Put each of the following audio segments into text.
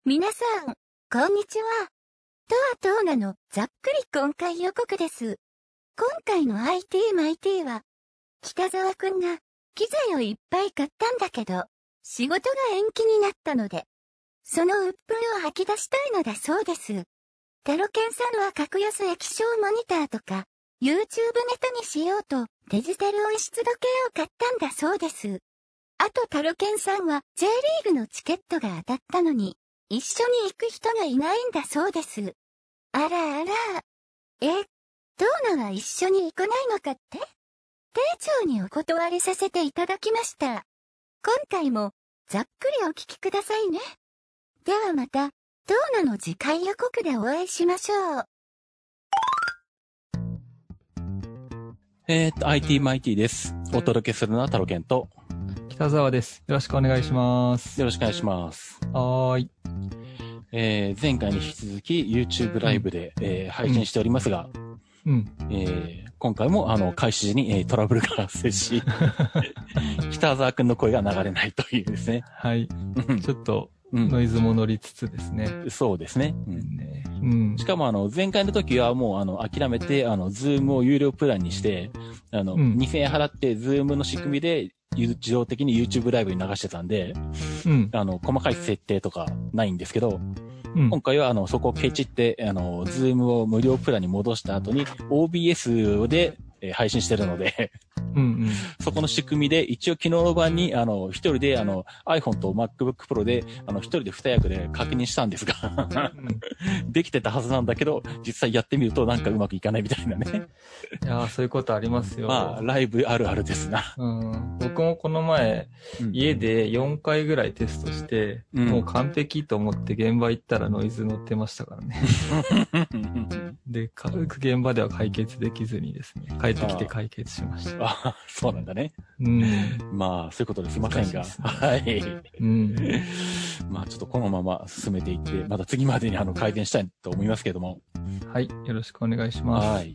皆さん、こんにちは。とはとうなのざっくり今回予告です。今回の IT マイティは、北沢くんが機材をいっぱい買ったんだけど、仕事が延期になったので、その鬱憤を吐き出したいのだそうです。タロケンさんは格安液晶モニターとか、YouTube ネタにしようとデジタル音質時計を買ったんだそうです。あとタロケンさんは J リーグのチケットが当たったのに、一緒に行く人がいないんだそうです。あらあら。トーナは一緒に行かないのかって？丁重にお断りさせていただきました。今回もざっくりお聞きくださいね。ではまた、トーナの次回予告でお会いしましょう。 IT マイティです。お届けするのはタロケンと北沢です。よろしくお願いします。 よろしくお願いします。 はーい。 前回に引き続き YouTube ライブで、配信しておりますが、今回も開始時に、トラブルが発生し、北沢くんの声が流れないというですね。 はい。ちょっとノイズも乗りつつですね。 そうですね。しかも前回の時はもう諦めてZoom を有料プランにして2000円払って Zoom の仕組みで自動的に YouTube ライブに流してたんで、細かい設定とかないんですけど、今回はそこをケチってZoom を無料プランに戻した後に OBS で配信してるので、そこの仕組みで一応昨日の晩に一人でiPhone と MacBook Pro で一人で二役で確認したんですができてたはずなんだけど実際やってみるとなんかうまくいかないみたいなね。 いやー、そういうことありますよ。 まあライブあるあるですな。 僕もこの前、家で4回ぐらいテストして、もう完璧と思って現場行ったらノイズ乗ってましたからね。で、現場では解決できずにですね、帰ってきて解決しました。 あ、そうなんだね。まあ、そういうことですいませんが。はい。まあ、ちょっとこのまま進めていって、また次までに改善したいと思いますけれども。 はい。よろしくお願いします。 はい。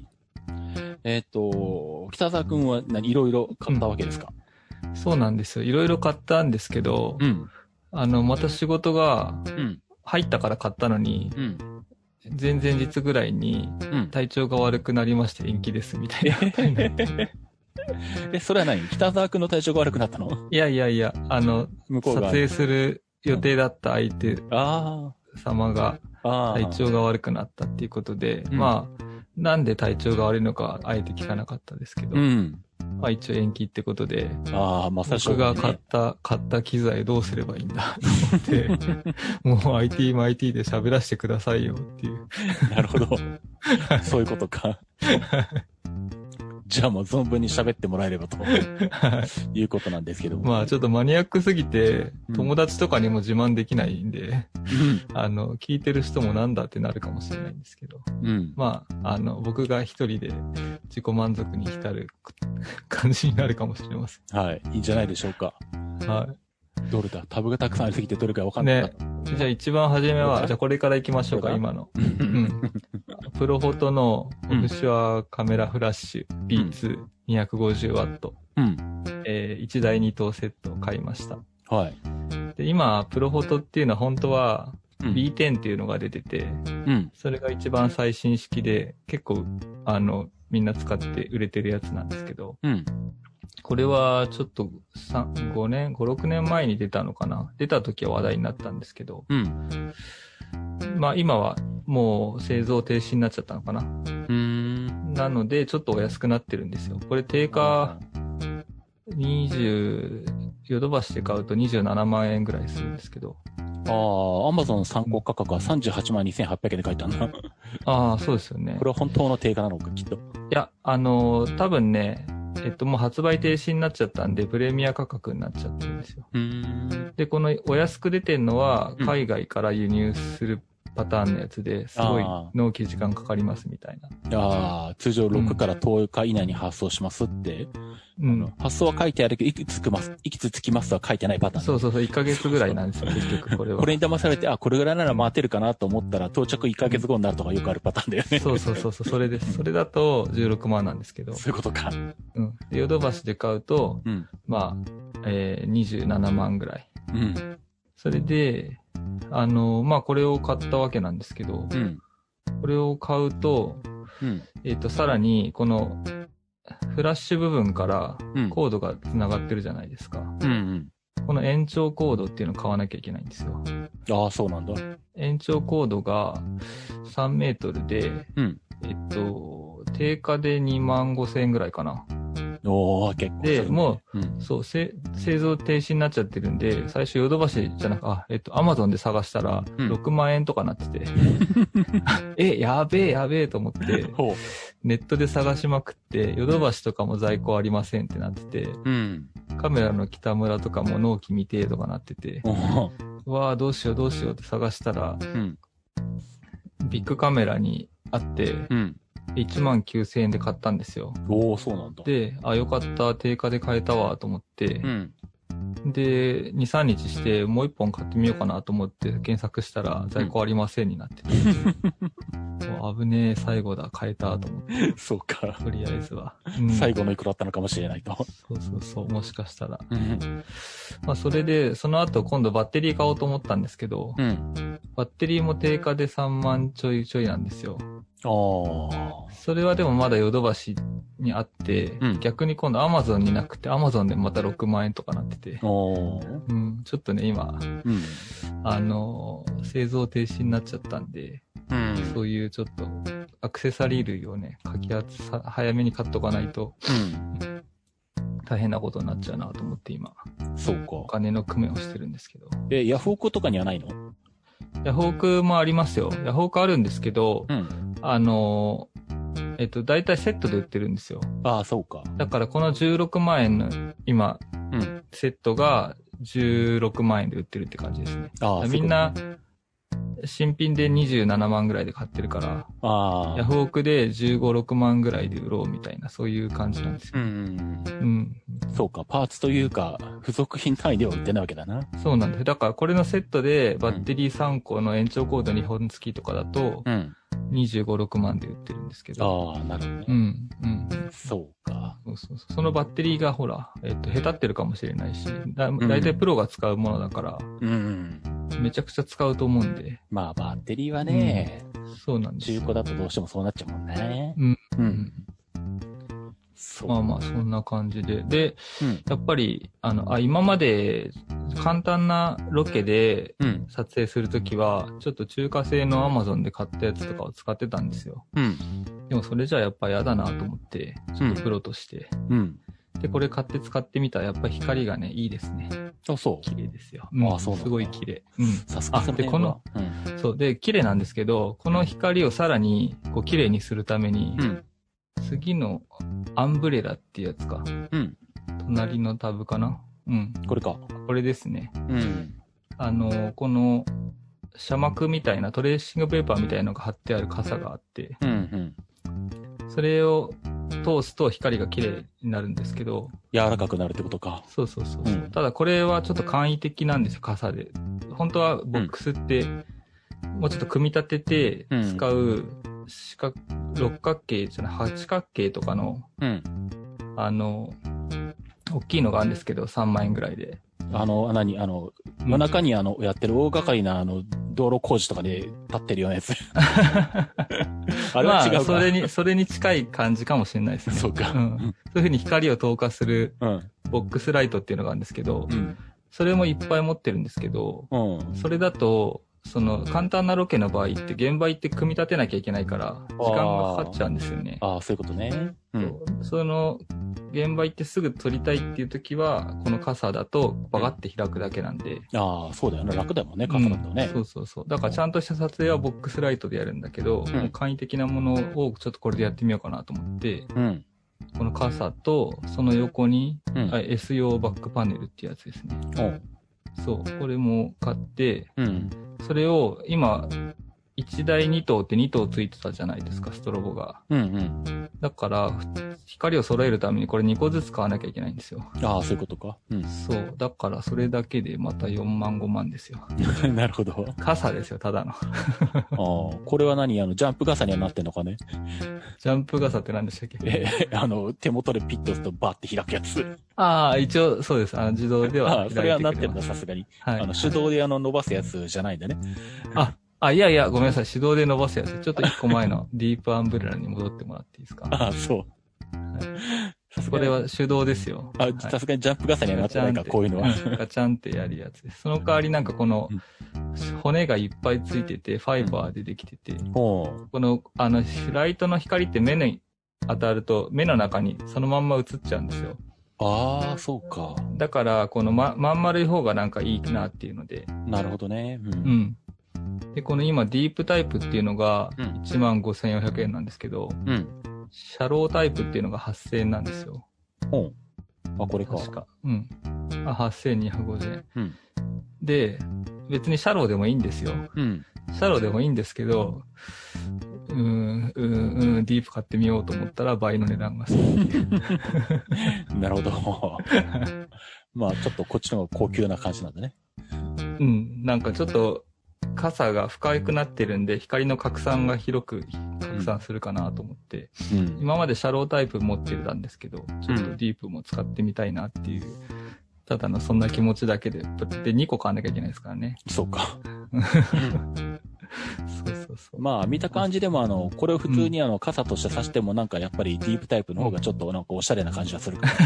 北沢くんはいろいろ買ったわけですか？ そうなんですよ。いろいろ買ったんですけど、また仕事が入ったから買ったのに、前々日ぐらいに体調が悪くなりまして延期ですみたいなことになって。 それは何？北沢くんの体調が悪くなったの？ いや、向こうが撮影する予定だった相手様が体調が悪くなったっていうことで、まあ、なんで体調が悪いのかあえて聞かなかったですけど、まあ一応延期ってことで、僕が買った機材どうすればいいんだと思って、もう IT マイティで喋らせてくださいよっていう。 なるほど。そういうことか。じゃあもう存分に喋ってもらえればということなんですけど。 まあちょっとマニアックすぎて、友達とかにも自慢できないんで、聞いてる人もなんだってなるかもしれないんですけど、まあ僕が一人で自己満足に浸る感じになるかもしれません。 はい。いいんじゃないでしょうか。 はい。 どれだ？タブがたくさんありすぎてどれかわかんない。 ね。じゃあ一番初めは、じゃあこれから行きましょうか、今の。プロフォトのオフショアカメラフラッシュ B2-250W。1台2灯セットを買いました。 はい。 で、今、プロフォトっていうのは本当は B10 っていうのが出てて、それが一番最新式で、結構、みんな使って売れてるやつなんですけど、これはちょっと5、6年前に出たのかな。出た時は話題になったんですけど、まあ今はもう製造停止になっちゃったのかな。なのでちょっとお安くなってるんですよ。これ定価ヨドバシで買うと27万円ぐらいするんですけど。 アマゾン参考価格は38万2800円で書いたんだ。 そうですよね。 これは本当の定価なのか、きっと。いや、多分ね、もう発売停止になっちゃったんで、プレミア価格になっちゃってるんですよ。で、このお安く出てんのは、海外から輸入するパターンのやつで、すごい納期時間かかりますみたいな。 通常6から10日以内に発送しますって。発送は書いてあるけど、いくつつきますとは書いてないパターン。 そう、1ヶ月ぐらいなんですよ、結局これは。 これに騙されて、これぐらいなら待てるかなと思ったら、到着1ヶ月後になるとかよくあるパターンだよね。 そう、それです。それだと16万なんですけど。 そういうことか。 で、ヨドバシで買うと、まあ、27万ぐらい。それで、 これを買ったわけなんですけど、これを買うと、さらに、この、フラッシュ部分からコードが繋がってるじゃないですか。この延長コードっていうのを買わなきゃいけないんですよ。 ああ、そうなんだ。 延長コードが3メートルで、定価で25,000円ぐらいかな。 おー、結構。 で、もう、そう、製造停止になっちゃってるんで、最初ヨドバシじゃなく、アマゾンで探したら、6万円とかなってて、やべえと思って、ネットで探しまくって、ヨドバシとかも在庫ありませんってなってて、カメラの北村とかも納期未定とかなってて、うわーどうしようって探したら、ビッグカメラにあって、19,000円で買ったんですよ。 おー、そうなんだ。 で、よかった、定価で買えたわ、と思って、で、2、3日してもう1本買ってみようかなと思って検索したら在庫ありませんになってて。危ねえ、最後だ、買えたと思って。 そうか。 とりあえずは。 最後のいくらだったのかもしれないと。 そう、もしかしたら。それで、その後今度バッテリー買おうと思ったんですけど、バッテリーも定価で3万ちょいちょいなんですよ。それはでもまだヨドバシにあって、逆に今度アマゾンになくて、アマゾンでまた6万円とかなってて、ちょっとね、今、製造停止になっちゃったんで、そういうちょっとアクセサリー類をね、早めに買っとかないと、大変なことになっちゃうなと思って今、 そうか。 お金の工面をしてるんですけど。 ヤフオクとかにはないの？ ヤフオクもありますよ。ヤフオクあるんですけど、だいたいセットで売ってるんですよ。 ああ、そうか。 だからこの16万円の今、セットが16万円で売ってるって感じですね。みんな、新品で27万ぐらいで買ってるから、ヤフオクで15、6万ぐらいで売ろうみたいな、そういう感じなんですよ。 そうか、パーツというか、付属品単位では売ってないわけだな。 そうなんです。だからこれのセットでバッテリー3個の延長コード2本付きとかだと、25、6万で売ってるんですけど。 ああ、なるほどね。そうか。 そのバッテリーがほら、下手ってるかもしれないし、だいたいプロが使うものだから、めちゃくちゃ使うと思うんで。 まあ、バッテリーはね、 そうなんです。 中古だとどうしてもそうなっちゃうもんね。 まあ、そんな感じで。で、やっぱり、今まで簡単なロケで撮影するときは、ちょっと中華製の Amazon で買ったやつとかを使ってたんですよ。でもそれじゃやっぱ嫌だなと思って、ちょっとプロとして。で、これ買って使ってみたらやっぱ光がね、いいですね。 そう。 綺麗ですよ。 そうすごい綺麗。 さすがで、そうで、綺麗なんですけど、この光をさらにこう綺麗にするために、次のアンブレラっていうやつか。隣のタブかな。 これか。 これですね。この、遮膜みたいな、トレーシングペーパーみたいなのが貼ってある傘があって、それを通すと光が綺麗になるんですけど。 柔らかくなるってことか。 そう。ただこれはちょっと簡易的なんですよ、傘で。本当はボックスって、もうちょっと組み立てて使う、六角形じゃない、八角形とかの、大きいのがあるんですけど、3万円ぐらいで。夜中にやってる大掛かりな道路工事とかで立ってるようなやつ。あれは違うか。 それに近い感じかもしれないですね。 そうか。 そういう風に光を透過する、ボックスライトっていうのがあるんですけど、それもいっぱい持ってるんですけど、それだと、簡単なロケの場合って現場行って組み立てなきゃいけないから、時間がかかっちゃうんですよね。 そういうことね。 現場行ってすぐ撮りたいっていう時は、この傘だとバカって開くだけなんで。 そうだよね。楽だもんね、傘だとね。 そう。だからちゃんとした撮影はボックスライトでやるんだけど、もう簡易的なものをちょっとこれでやってみようかなと思って、この傘と、その横に、S 用バックパネルっていうやつですね。そう。これも買って、それを今、1 1台2灯って2灯ついてたじゃないですか、ストロボが。 うんうん。 だから、光を揃えるためにこれ2個ずつ買わなきゃいけないんですよ。 ああ、そういうことか。 うん。そう。だからそれだけでまた4万5万ですよ。 なるほど。 傘ですよ、ただの。ああ、これは何ジャンプ傘にはなってんのかね。 ジャンプ傘って何でしたっけ？ 手元でピッと押すとバーって開くやつ。 ああ、一応そうです。自動では開いてくれます。 それはなってるんだ、さすがに。 はい。 手動で伸ばすやつじゃないんだね。 いや、ごめんなさい。手動で伸ばすやつ。ちょっと1個前のディープアンブレラに戻ってもらっていいですか？ ああ、そう。はい、 これは手動ですよ。 さすがにジャンプ傘にはなってないか、こういうのは。 ガチャンってやるやつです。その代わりなんかこの、骨がいっぱいついてて、ファイバーでできてて、この、ライトの光って目に当たると、目の中にそのまんま映っちゃうんですよ。 ああ、そうか。 だから、このまん丸い方がなんかいいなっていうので。 なるほどね。 うん。で、この今、ディープタイプっていうのが、15,400円なんですけど、 うん。 シャロータイプっていうのが8,000円なんですよ。 これか。 確か。うん。8,250円。 うん。 で、別にシャローでもいいんですよ。 うん。 シャローでもいいんですけど、ディープ買ってみようと思ったら倍の値段がする。 なるほど。まあ、ちょっとこっちの方が高級な感じなんだね。 うん。なんかちょっと、傘が深くなってるんで、光の拡散が広く拡散するかなと思って、今までシャロータイプ持ってたんですけど、ちょっとディープも使ってみたいなっていう、ただのそんな気持ちだけで、で、2個買わなきゃいけないですからね。 そうか。 そう。 まあ、見た感じでもこれを普通に傘として差してもなんかやっぱりディープタイプの方がちょっとなんかおしゃれな感じがするから。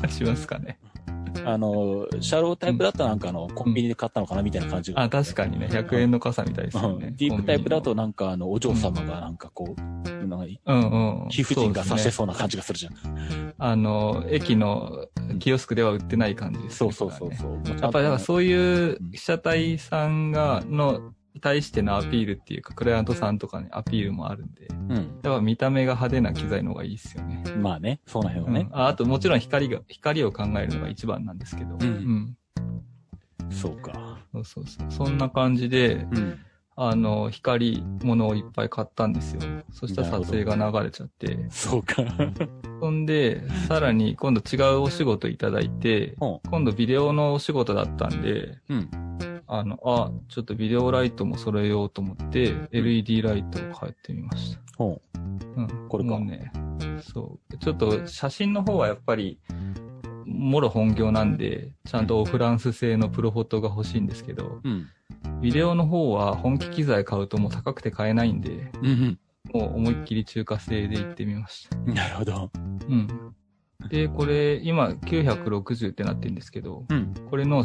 しますかね。 シャロータイプだとなんかコンビニで買ったのかなみたいな感じが。 確かにね、100円の傘みたいですよね。 ディープタイプだとなんかお嬢様がなんかこう、貴婦人が差してそうな感じがするじゃん。 駅のキオスクでは売ってない感じですね。 そう。 やっぱりだからそういう被写体さんの対してのアピールっていうか、クライアントさんとかにアピールもあるんで、やっぱ見た目が派手な機材の方がいいですよね。 まあね、その辺はね。 あともちろん光を考えるのが一番なんですけど。 そうか。 そう。そんな感じで、光物をいっぱい買ったんですよ。そしたら撮影が流れちゃって。 そうか。 そんで、さらに今度違うお仕事いただいて、今度ビデオのお仕事だったんで、ちょっとビデオライトも揃えようと思って、LED ライトを買ってみました。 これか。 もうね、そう。ちょっと写真の方はやっぱり、もろ本業なんで、ちゃんとフランス製のプロフォトが欲しいんですけど、ビデオの方は本気機材買うともう高くて買えないんで、もう思いっきり中華製で行ってみました。 なるほど。 で、これ、今、960ってなってるんですけど、これの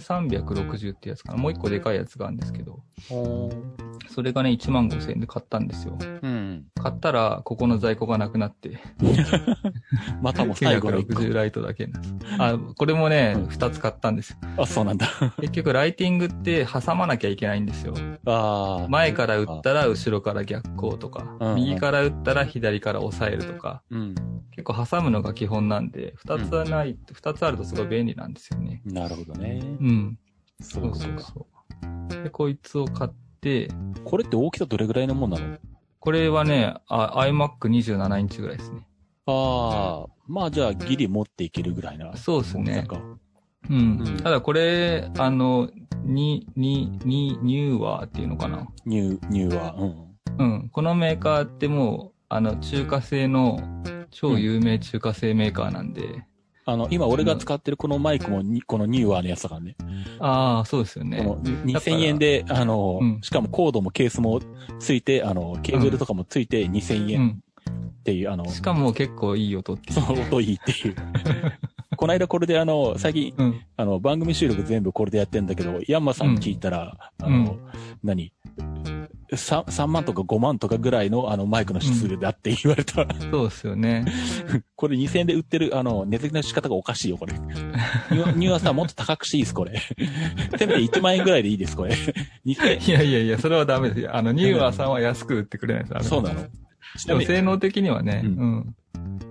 1360ってやつかな。もう一個でかいやつがあるんですけど、それがね、15,000円で買ったんですよ。買ったら、ここの在庫がなくなって。 またも最後の 960ライトだけなんです。これもね、2つ買ったんですよ。 あ、そうなんだ。 結局、ライティングって挟まなきゃいけないんですよ。前から打ったら後ろから逆光とか、右から打ったら左から押さえるとか、結構挟むのが基本なんで、2つはない、2つあるとすごい便利なんですよね。 なるほどね。 そう。で、こいつを買って、 これって大きさどれぐらいのもんなの？ これはね、iMac27 インチぐらいですね。 まあじゃあギリ持っていけるぐらいな。 そうですね。ただこれ、ニューワーっていうのかな？ ニューワー。 このメーカーってもう、中華製の超有名中華製メーカーなんで。 今俺が使ってるこのマイクもこのニューワーのやつだからね。 そうですよね。 2000円で、しかもコードもケースもついて、ケーブルとかもついて2000円っていう、 しかも結構いい音っていう。 そう、音いいっていう。この間これで最近、番組収録全部これでやってんだけど、ヤンマさん聞いたら、3万とか5万とかぐらいのマイクの質だって言われた。 そうですよね。 これ2000円で売ってる値付けの仕方がおかしいよ、これ。ニューアーさんもっと高くしていいです、これ。せめて1万円ぐらいでいいです、これ。 いや、それはダメですよ。ニューアーさんは安く売ってくれないです。 そうなの。 でも性能的にはね、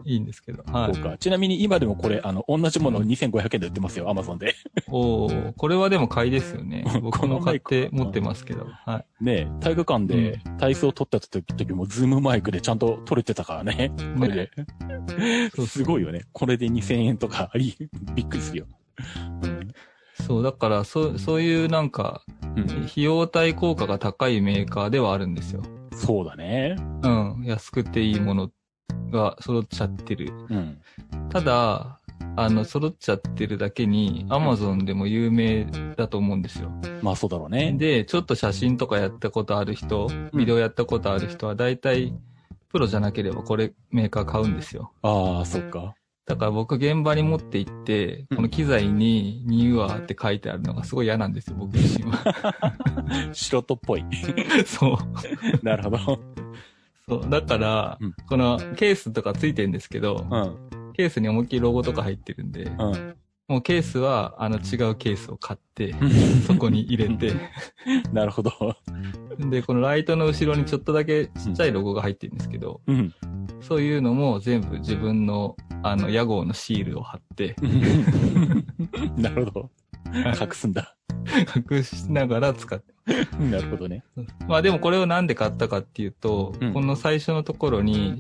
いいんですけど。はい。 そうか。ちなみに今でもこれ、同じものを2500円で売ってますよ、アマゾンで。 これはでも買いですよね。僕も買って持ってますけど。はい。 ねえ、体育館で体操を撮った時も、ズームマイクでちゃんと撮れてたからね。これで。すごいよね。これで2000円とか、びっくりするよ。 そう、だから、そういうなんか、費用対効果が高いメーカーではあるんですよ。 そうだね。 うん。安くていいものが揃っちゃってる。ただ、揃っちゃってるだけに、Amazon でも有名だと思うんですよ。 まあそうだろうね。 で、ちょっと写真とかやったことある人、ビデオやったことある人は、だいたいプロじゃなければこれメーカー買うんですよ。 ああ、そっか。 だから僕現場に持って行って、この機材にニューアーって書いてあるのがすごい嫌なんですよ、僕自身は。 素人っぽい。 そう。 なるほど。 そう。だから、このケースとかついてるんですけど、ケースに思いっきりロゴとか入ってるんで、もうケースは違うケースを買って、そこに入れて。 なるほど。 で、このライトの後ろにちょっとだけちっちゃいロゴが入ってるんですけど、そういうのも全部自分の屋号のシールを貼って、 なるほど。隠すんだ。 隠しながら使って。 なるほどね。 まあでもこれをなんで買ったかっていうと、この最初のところに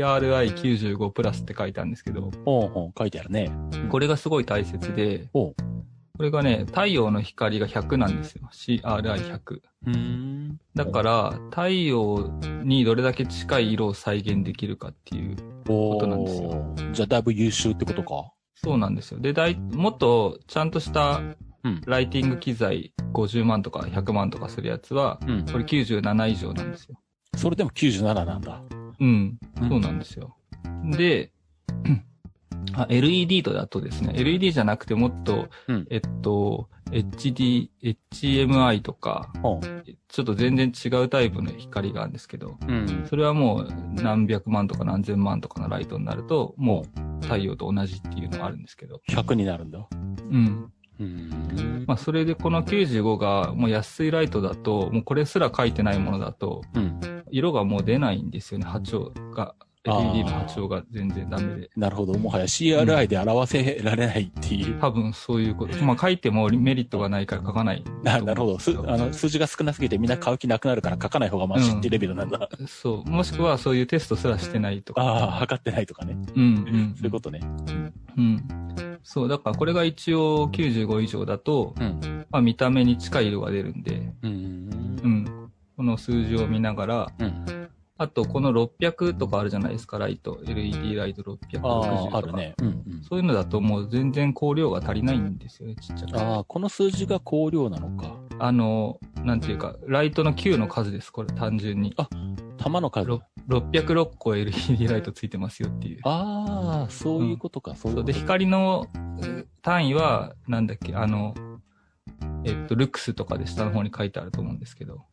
CRI95 プラスって書いてあるんですけど、 書いてあるね。 これがすごい大切で、これがね、太陽の光が100なんですよ。CRI100。だから、太陽にどれだけ近い色を再現できるかっていうことなんですよ。 じゃあだいぶ優秀ってことか。 そうなんですよ。で、もっとちゃんとしたライティング機材50万とか100万とかするやつは、これ97以上なんですよ。 それでも97なんだ。 そうなんですよ。で、LED とだとですね、LED じゃなくてもっと、HMI とか、ちょっと全然違うタイプの光があるんですけど、それはもう何百万とか何千万とかのライトになると、もう太陽と同じっていうのがあるんですけど。 100になるんだ。 まあそれでこの95がもう安いライトだと、もうこれすら書いてないものだと、色がもう出ないんですよね、波長が。LED の波長が全然ダメで。 なるほど。もはや CRI で表せられないっていう。 多分そういうこと。まあ書いてもメリットがないから書かない。 なるほど。数字が少なすぎてみんな買う気なくなるから書かない方がマシってレベルなんだ。 そう。もしくはそういうテストすらしてないとか。 測ってないとかね。そういうことね。 そう。だからこれが一応95以上だと、まあ見た目に近い色が出るんで、この数字を見ながら、あと、この600とかあるじゃないですか、ライト。LED ライト660とか。 あるね。 そういうのだともう全然光量が足りないんですよね、ちっちゃく。 この数字が光量なのか。 なんていうか、ライトの球の数です、これ単純に。 玉の数。 606個 LED ライトついてますよっていう。 そういうことか、そういうこと。 で、光の単位は、なんだっけ、ルクスとかで下の方に書いてあると思うんですけど。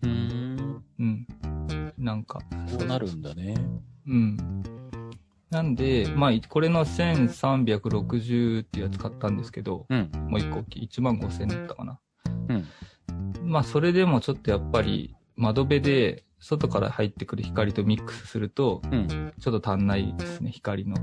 なんか。 そうなるんだね。 なんで、まあ、これの1360っていうやつ買ったんですけど、もう一個大きい。15000円だったかな。まあ、それでもちょっとやっぱり、窓辺で、外から入ってくる光とミックスすると、ちょっと足んないですね、光の。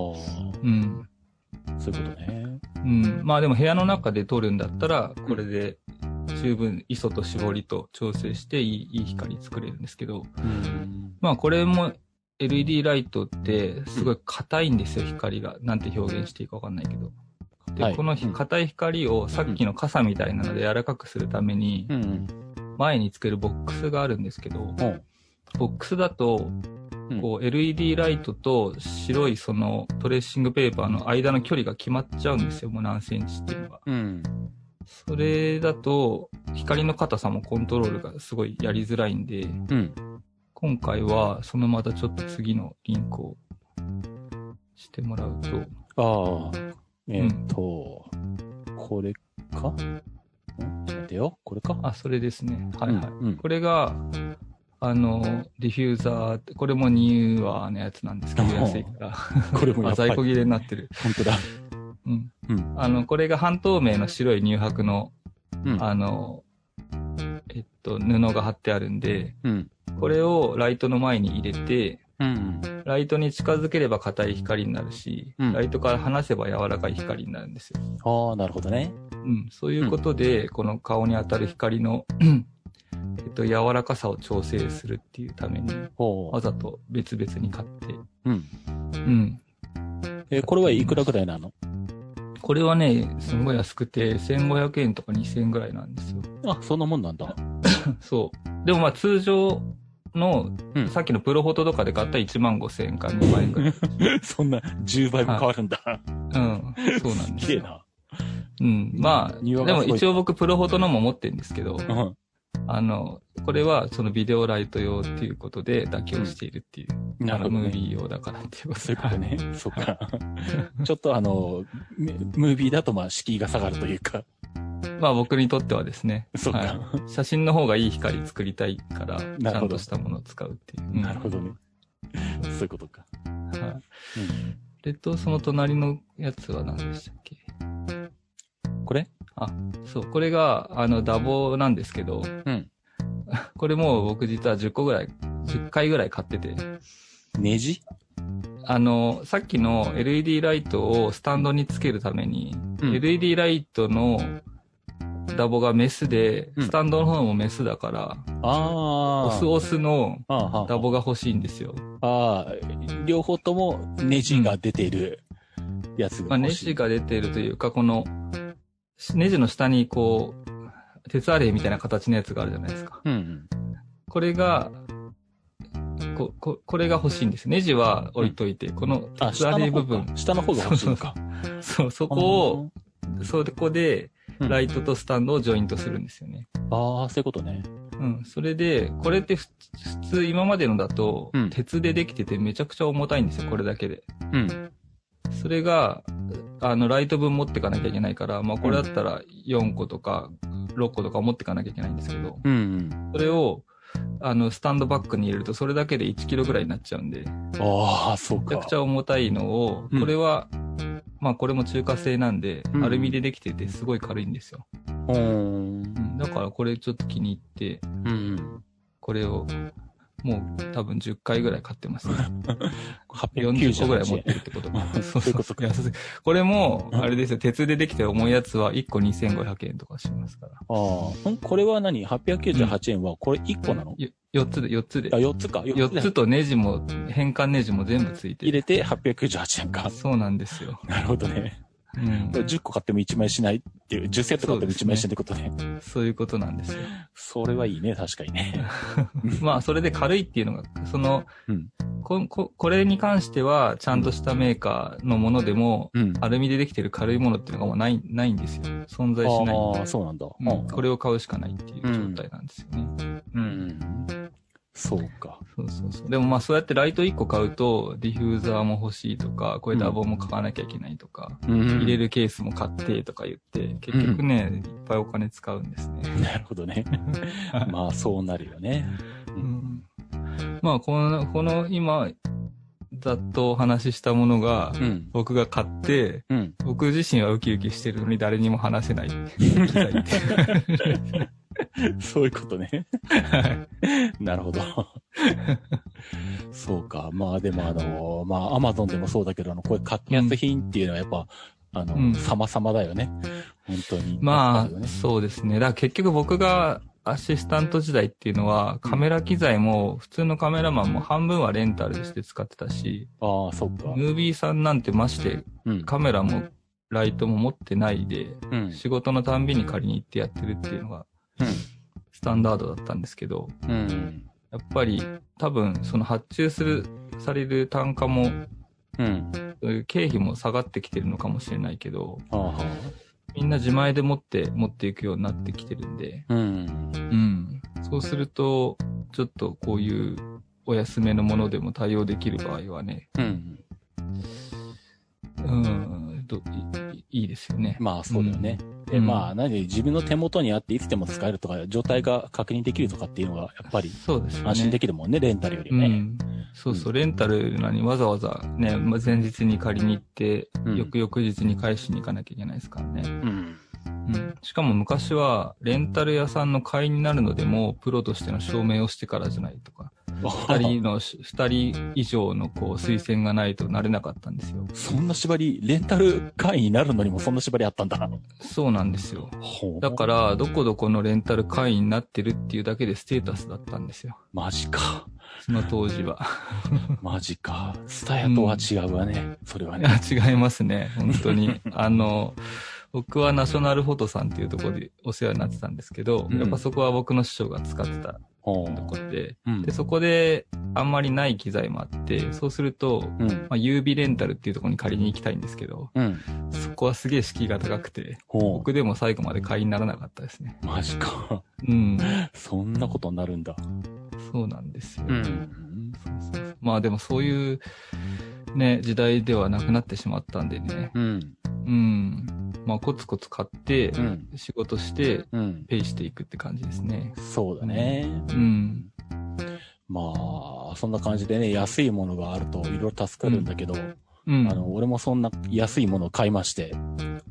そういうことね。 まあでも部屋の中で撮るんだったら、これで十分 ISO と絞りと調整していい光作れるんですけど、まあこれも LED ライトってすごい硬いんですよ、光が。なんて表現していいかわかんないけど。で、この硬い光をさっきの傘みたいなので柔らかくするために、前につけるボックスがあるんですけど、ボックスだと、こう LED ライトと白いそのトレーシングペーパーの間の距離が決まっちゃうんですよ、もう何センチっていうのが。それだと光の硬さもコントロールがすごいやりづらいんで、今回はそのまたちょっと次のリンクをしてもらうと。 これか？ちょっと待ってよ。これか？ それですね。はいはい。これが、ディフューザーって、これもニューアーのやつなんですけど、安いから。 これもやっぱり在庫切れになってる。 本当だ。 これが半透明の白い乳白の、布が貼ってあるんで、これをライトの前に入れて、 うん、 ライトに近づければ硬い光になるし、ライトから離せば柔らかい光になるんですよ。 ああ、なるほどね。 そういうことで、この顔に当たる光の柔らかさを調整するっていうために、わざと別々に買って。 これはいくらぐらいなの？ これはね、すごい安くて、1500円とか2000円ぐらいなんですよ。 あ、そんなもんなんだ。 そう。でもまあ通常の、さっきのプロフォトとかで買ったら15000円か2万円ぐらい。 そんな10倍も変わるんだ。 そうなんです。 綺麗な。 まあ、でも一応僕プロフォトのも持ってるんですけど、これはそのビデオライト用っていうことで妥協しているっていう。 なるほど、ね。 ムービー用だからっていうこと。 そういうことね。そっか。ちょっとムービーだとまあ敷居が下がるというか。 まあ僕にとってはですね。 そうか、 写真の方がいい光作りたいから、ちゃんとしたものを使うっていう。 なるほどね。そういうことか。 その隣のやつは何でしたっけ？ これ？ そう。これが、ダボなんですけど、これもう僕実は10回ぐらい買ってて。 ネジ？ さっきの LED ライトをスタンドにつけるために、LED ライトのダボがメスで、スタンドの方もメスだから、オスのダボが欲しいんですよ。 両方ともネジが出ているやつが欲しい。 ネジが出ているというか、この、ネジの下にこう、鉄アレイみたいな形のやつがあるじゃないですか。これが、これが欲しいんです。ネジは置いといて、この鉄アレイ部分。 下の方が欲しいのか。 そう、そこで、ライトとスタンドをジョイントするんですよね。 そういうことね。 それで、これって普通今までのだと、鉄でできててめちゃくちゃ重たいんですよ、これだけで。それが、ライト分持ってかなきゃいけないから、まあこれだったら4個とか6個とか持ってかなきゃいけないんですけど、それを、スタンドバッグに入れるとそれだけで1キロぐらいになっちゃうんで。 そうか。 めちゃくちゃ重たいのを、これは、まあこれも中華製なんで、アルミでできててすごい軽いんですよ。だからこれちょっと気に入って、これを、もう多分10回ぐらい買ってますね。40個ぐらい持ってるってことか。 そういうことか。 これも、あれですよ、鉄でできて重いやつは1個2500円とかしますから。 これは何 ?898 円はこれ1個なの ？4つで。 4つか。 4つとネジも、変換ネジも全部ついて。 入れて898円か。 そうなんですよ。 なるほどね。10個買っても1枚しないっていう、10セット買っても1枚しないってことね。 そういうことなんですよ。 それはいいね、確かにね。 まあ、それで軽いっていうのが、これに関しては、ちゃんとしたメーカーのものでも、アルミでできてる軽いものっていうのがもうないんですよ。存在しない。 そうなんだ。 これを買うしかないっていう状態なんですよね。 そうか。 そう。でもまあそうやってライト1個買うと、ディフューザーも欲しいとか、これダボも買わなきゃいけないとか、入れるケースも買ってとか言って、結局ね、いっぱいお金使うんですね。 なるほどね。まあそうなるよね。 まあこの今、ざっとお話ししたものが、僕が買って、僕自身はウキウキしてるのに誰にも話せない。 そういうことね。なるほど。そうか。まあでもアマゾンでもそうだけど、こういう格安品っていうのはやっぱ、様々だよね。本当に。 まあ、そうですね。だから結局僕がアシスタント時代っていうのは、カメラ機材も普通のカメラマンも半分はレンタルして使ってたし、 そっか。 ムービーさんなんてまして、カメラもライトも持ってないで、仕事のたんびに借りに行ってやってるっていうのが、スタンダードだったんですけど、やっぱり多分その発注される単価も、経費も下がってきてるのかもしれないけど、みんな自前で持っていくようになってきてるんで、そうすると、ちょっとこういうお安めのものでも対応できる場合はね、いいですよね。 まあそうだよね。まあ自分の手元にあっていつでも使えるとか、状態が確認できるとかっていうのがやっぱり安心できるもんね、レンタルよりね。 レンタルなにわざわざね、前日に借りに行って、翌々日に返しに行かなきゃいけないですからね。しかも昔は、レンタル屋さんの会員になるのでも、プロとしての証明をしてからじゃないとか、 二人以上の推薦がないとなれなかったんですよ。 そんな縛り、レンタル会員になるのにもそんな縛りあったんだ。 そうなんですよ。だから、どこどこのレンタル会員になってるっていうだけでステータスだったんですよ。 マジか。 その当時は。 マジか。スタヤとは違うわね。それはね。 違いますね。本当に。僕はナショナルフォトさんっていうところでお世話になってたんですけど、やっぱそこは僕の師匠が使ってたところで、で、そこであんまりない機材もあって、そうすると、優美レンタルっていうところに借りに行きたいんですけど、そこはすげえ敷居が高くて、僕でも最後まで会員にならなかったですね。 マジか。そんなことになるんだ。 そうなんですよ。まあでもそういうね、時代ではなくなってしまったんでね。まあコツコツ買って、仕事して、ペイしていくって感じですね。 そうだね。まあ、そんな感じでね、安いものがあるといろいろ助かるんだけど、俺もそんな安いものを買いまして。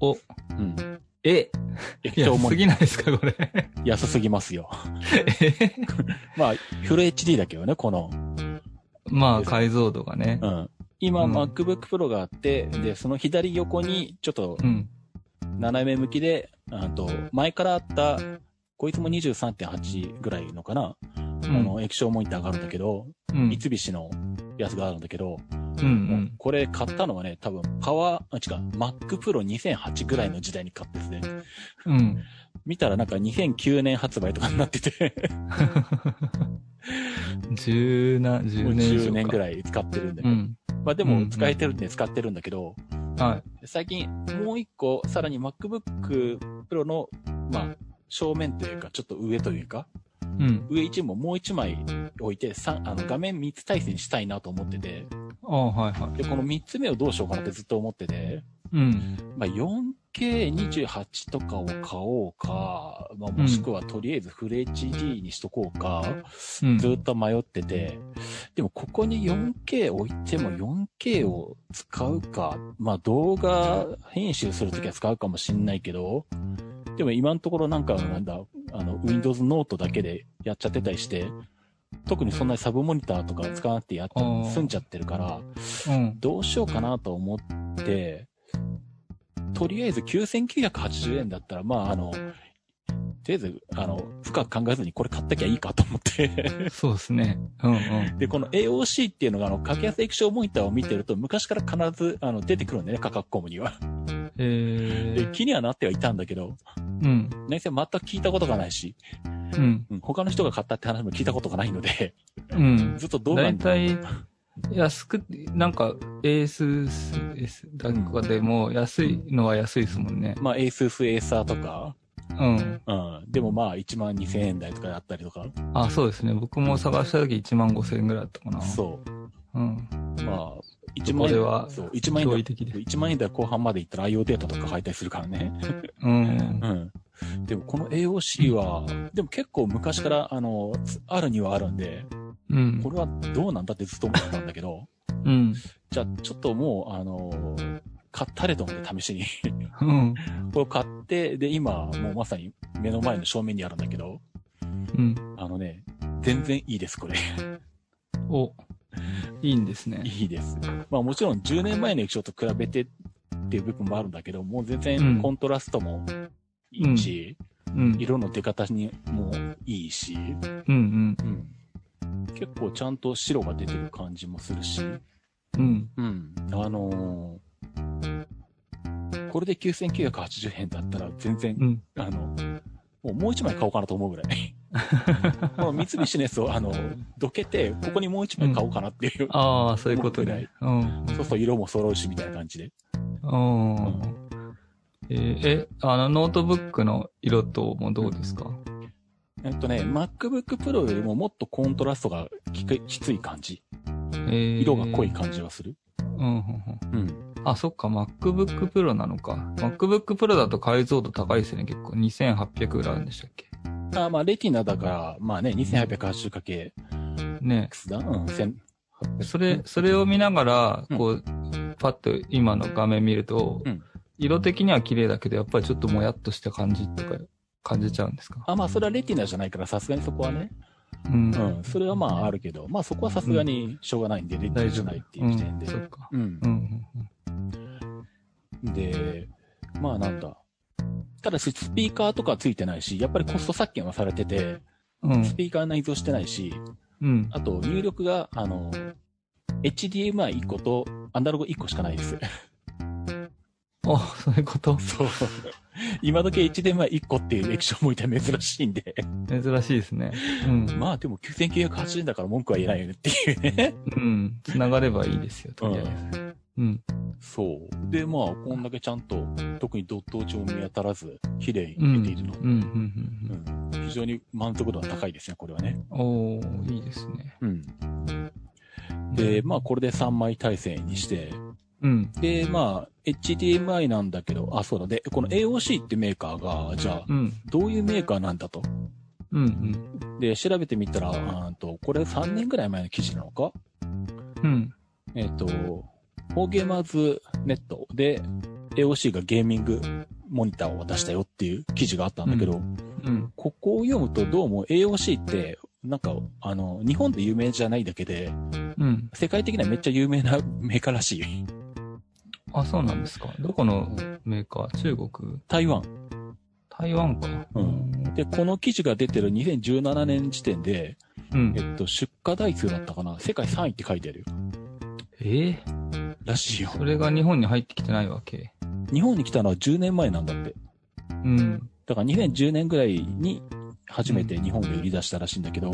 安すぎないですか、これ。 安すぎますよ。まあ、フル HD だけどね、この。 まあ、解像度がね。 今、MacBook Pro があって、で、その左横に、ちょっと、斜め向きで、前からあった、こいつも 23.8 ぐらいのかな、液晶モニターがあるんだけど、三菱のやつがあるんだけど、これ買ったのはね、多分、Mac Pro 2008ぐらいの時代に買ってですね。見たらなんか2009年発売とかになってて。 10 年ぐらい使ってるんだけど。まあでも、使ってるんだけど、最近、もう一個、さらに MacBook Pro の、まあ、正面というか、ちょっと上というか、上一ももう一枚置いて、画面3つ対戦したいなと思ってて、で、この3つ目をどうしようかなってずっと思ってて、まあ 4K28 とかを買おうか、まあ、もしくはとりあえずフル HD にしとこうか、ずっと迷ってて、でもここに 4K 置いても 4K を使うか、まあ動画編集するときは使うかもしんないけど、でも今のところWindows Note だけでやっちゃってたりして、特にそんなにサブモニターとか使わなくて済んじゃってるから、どうしようかなと思って、とりあえず9980円だったら、まあとりあえず、深く考えずにこれ買ったきゃいいかと思って。 そうですね。 で、この AOC っていうのが、格安液晶モニターを見てると、昔から必ず、出てくるんだよね、価格コムには。で、気にはなってはいたんだけど、何せ全く聞いたことがないし、他の人が買ったって話も聞いたことがないので、ずっとどうなんだろう。 安く、なんか、ASUS なんかでも安いのは安いですもんね。 まあ、ASUS エーサーとか。でもまあ、12,000円台とかだったりとか。 あ、そうですね。僕も探した時15,000円ぐらいだったかな。 そう。まあ、 1万円は、 そう、1万円台後半まで行ったら IO データとか買いたりするからね。でもこの AOC は、でも結構昔から、あるにはあるんで、これはどうなんだってずっと思ってたんだけど、じゃあちょっともう、買ったれと思って試しにこれを買って、で、今、もうまさに目の前の正面にあるんだけど、全然いいです、これ。 いいんですね。 いいです。まあもちろん10年前の液晶と比べてっていう部分もあるんだけど、もう全然コントラストもいいし、色の出方にもいいし、結構ちゃんと白が出てる感じもするし、これで9980円だったら全然、もう一枚買おうかなと思うぐらい。この三菱のやつを、どけて、ここにもう一枚買おうかなっていう。 ああ、そういうことね。 そうすると色も揃うし、みたいな感じで。 ノートブックの色ともどうですか MacBook Pro よりももっとコントラストがきつい感じ。色が濃い感じはする。 あ、そっか、MacBook Pro なのか。MacBook Pro だと解像度高いですよね、結構。2800ぐらいあるんでしたっけ。 まあ、レティナだから、まあね、2880× ね。 だ。 それを見ながら、こう、パッと今の画面見ると、色的には綺麗だけど、やっぱりちょっともやっとした感じとか、感じちゃうんですか？ まあ、それはレティナじゃないから、さすがにそこはね。 うん。それはまああるけど、まあそこはさすがにしょうがないんで、レッドじゃないっていう時点で。 そっか。 で、まあなんだ。ただし、スピーカーとかついてないし、やっぱりコスト削減はされてて、スピーカー内蔵してないし、あと入力が、HDMI1 個とアナログ1個しかないです。 あ、そういうこと？ そう。今時 HDMI1 個っていう液晶モニター珍しいんで。 珍しいですね。 まあでも9980円だから文句は言えないよねっていうね。 繋がればいいですよ、とりあえず。 そう。で、まあ、こんだけちゃんと、特にドット打ちも見当たらず、綺麗に出ているの。非常に満足度は高いですね、これはね。 いいですね。 で、まあ、これで3枚体制にして、で、まあ、HDMI なんだけど、そうだ。で、この AOC ってメーカーが、じゃあ、どういうメーカーなんだと。で、調べてみたら、これ3年ぐらい前の記事なのかフォーゲーマーズネットで AOC がゲーミングモニターを出したよっていう記事があったんだけど、ここを読むとどうも AOC って、なんか、日本で有名じゃないだけで、世界的にはめっちゃ有名なメーカーらしい。 あ、そうなんですか。どこのメーカー？中国？ 台湾。 台湾か。 で、この記事が出てる2017年時点で、出荷台数だったかな、世界3位って書いてあるよ。らしいよ。 それが日本に入ってきてないわけ？ 日本に来たのは10年前なんだって。だから2010年ぐらいに初めて日本で売り出したらしいんだけど。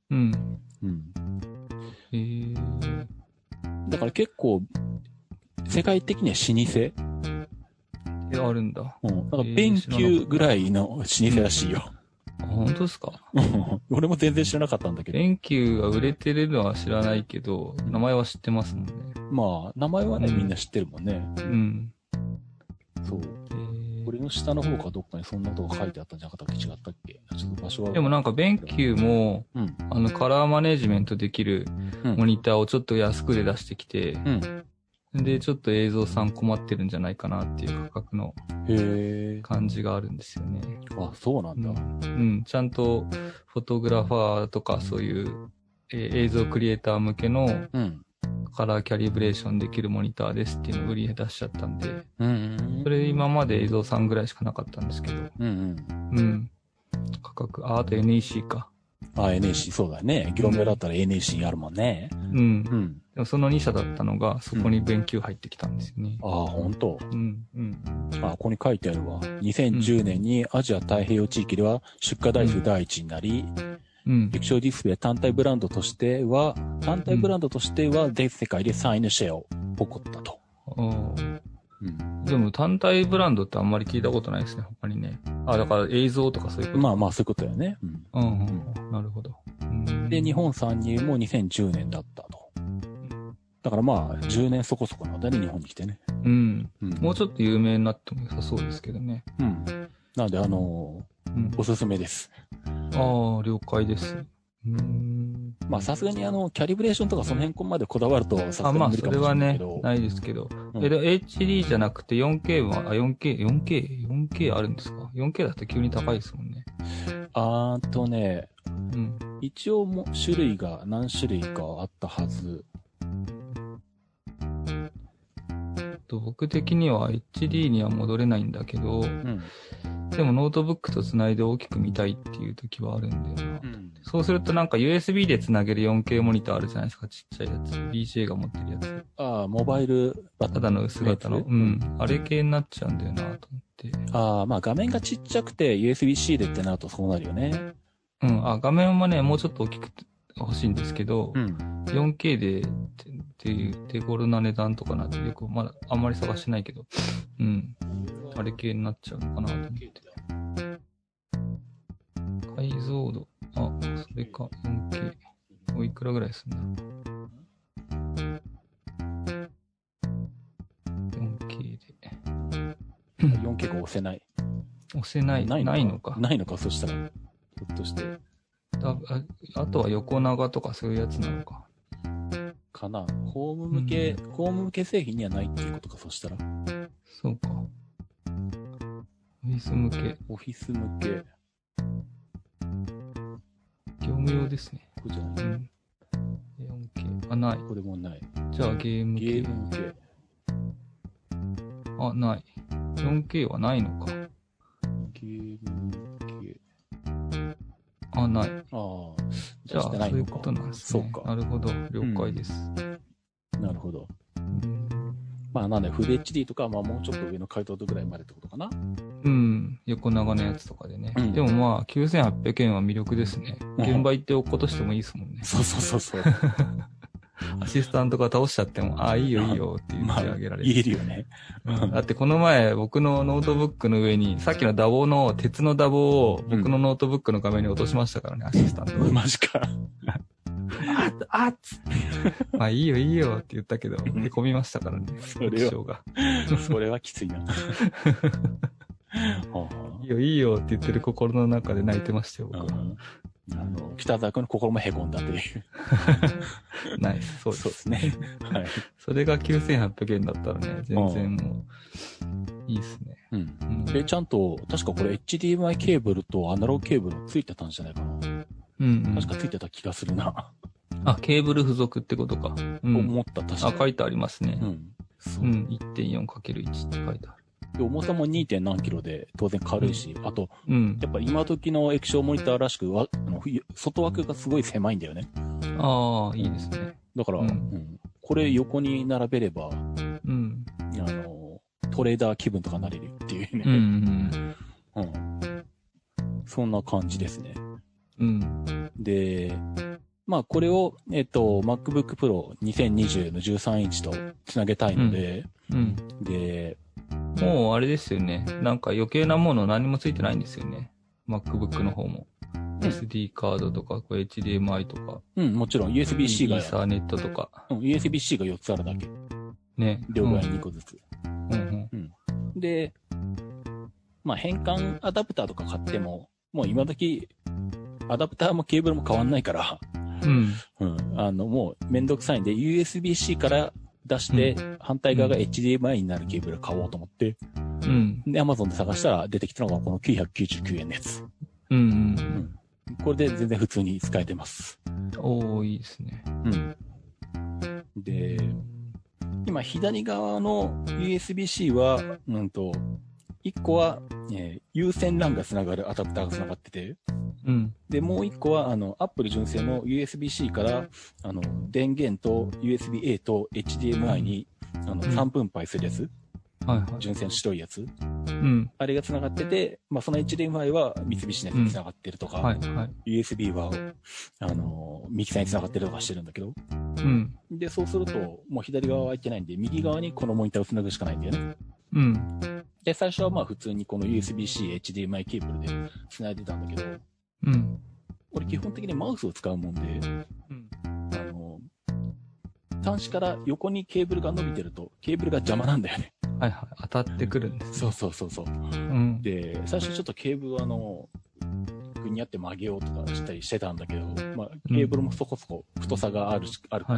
だから結構、世界的には老舗。 あるんだ。 なんか便球ぐらいの老舗らしいよ。 本当ですか？ 俺も全然知らなかったんだけど。 便球が売れてるのは知らないけど、名前は知ってますもんね。 まあ、名前はね、みんな知ってるもんね。そう。これの下の方かどっかにそんなことが書いてあったんじゃなかったっけ？違ったっけ？ちょっと場所は。 でもなんか便球も、カラーマネジメントできるモニターをちょっと安くで出してきて、で、ちょっと映像さん困ってるんじゃないかなっていう価格の感じがあるんですよね。 あ、そうなんだ。 ちゃんとフォトグラファーとかそういう、映像クリエイター向けのカラーキャリブレーションできるモニターですっていうのを売り出しちゃったんで、それ今まで映像さんぐらいしかなかったんですけど、価格、あと NEC か。 NEC、そうだね。業務だったら NEC あるもんね。 でもその2社だったのが、そこに便球入ってきたんですよね。 ほんと。ここに書いてあるわ。2010年にアジア太平洋地域では出荷台数第一になり、液晶ディスプレイ単体ブランドとしては全世界で3位のシェアを誇ったと。 でも単体ブランドってあんまり聞いたことないですね、他にね。だから映像とかそういうこと。 まあそういうことだよね。 なるほど。 で、日本参入も2010年だったと。だからまあ、10年そこそこなんだね、日本に来てね。 もうちょっと有名になっても良さそうですけどね。 なので、おすすめです。 了解です。 まあさすがにキャリブレーションとかその辺までこだわるとさすがに無理かもしれないけど。 それはね、ないですけど。HD じゃなくて 4K は、4K あるんですか？ 4K だと急に高いですもんね。 一応も種類が何種類かあったはず。 僕的には HD には戻れないんだけど、でもノートブックと繋いで大きく見たいっていう時はあるんだよな。そうするとなんか USB で繋げる 4K モニターあるじゃないですか、ちっちゃいやつ。BJ が持ってるやつ。 モバイルただの薄型の。あれ系になっちゃうんだよなと思って。 まあ画面がちっちゃくて USB-C でってなるとそうなるよね。 画面はね、もうちょっと大きく欲しいんですけど、4K でっていう手頃な値段とかなってよくまだあんまり探してないけど、あれ系になっちゃうのかなと思って。解像度、それか 4K。おいくらぐらいすんだろう。4K で。 4K が押せない。 押せない。ないのか。 ないのか、そしたら。ひょっとして。 あとは横長とかそういうやつなのか。 かな。ホーム向け製品にはないっていうことか、そしたら。 そうか。オフィス向け。 オフィス向け。 業ム用ですね。 これじゃない。 4K。ない。 これもない。 じゃあゲーム系。ない。4K はないのか。 ゲーム系。 ない。じゃあ、 そういうことなんですね。 そうか。 なるほど。了解です。 なるほど。なんで、フル HD とか、もうちょっと上の解像度ぐらいまでってことかな。 横長のやつとかでね。でも9800円は魅力ですね。現場行って落っことしてもいいですもんね。 そう。 アシスタントが倒しちゃっても、いいよいいよって言ってあげられる。 言えるよね。 だってこの前、僕のノートブックの上に、さっきの鉄のダボを僕のノートブックの画面に落としましたからね、アシスタント。 マジか。 っつって。いいよいいよって言ったけど、へこみましたからね。 それはきついな。 いいよいいよって言ってる心の中で泣いてましたよ、僕は。 北沢君の心もへこんだという。 ナイス、そうですね。はい。 それが9800円だったらね、全然もう、いいですね。 ちゃんと、確かこれ HDMI ケーブルとアナログケーブルついてたんじゃないかな。確かついてた気がするな。 ケーブル付属ってことか。 思った、確かに。 書いてありますね。1.4×1 って書いてある。 重さも 2. 何キロで当然軽いし、あと、やっぱ今時の液晶モニターらしく、外枠がすごい狭いんだよね。 いいですね。 だから、これ横に並べれば、トレーダー気分とかなれるっていうね。そんな感じですね。で、これを、MacBook Pro 2020の13インチとつなげたいので、で、 もうあれですよね。なんか余計なもの何もついてないんですよね。MacBook の方も。SD カードとか、HDMI とか。 もちろん USB-C が。 イーサーネットとか。 USB-C が4つあるだけ。 ね。 両側に2個ずつ。で、変換アダプターとか買っても、もう今時、アダプターもケーブルも変わんないから、もうめんどくさいんで、USB-C から出して、反対側が HDMI になるケーブル買おうと思って、で、Amazon で探したら出てきたのがこの999円のやつ。これで全然普通に使えてます。 いいですね。 で、今左側の USB-C は、1個は、有線 LAN がつながるアダプターがつながってて、で、もう1個は、Apple 純正の USB-C から、電源と USB-A と HDMI に、3分配するやつ。純正の白いやつ。あれが繋がってて、その HDMI は三菱のやつに繋がってるとか、USB は、ミキサーに繋がってるとかしてるんだけど、で、そうすると、もう左側は空いてないんで、右側にこのモニターを繋ぐしかないんだよね。で、最初は普通にこの USB-C、HDMI ケーブルで繋いでたんだけど、俺基本的にマウスを使うもんで、端子から横にケーブルが伸びてると、ケーブルが邪魔なんだよね。 当たってくるんです、 ね。そう。で、最初ちょっとケーブルぐにゃって曲げようとかしたりしてたんだけど、ケーブルもそこそこ太さがあるから、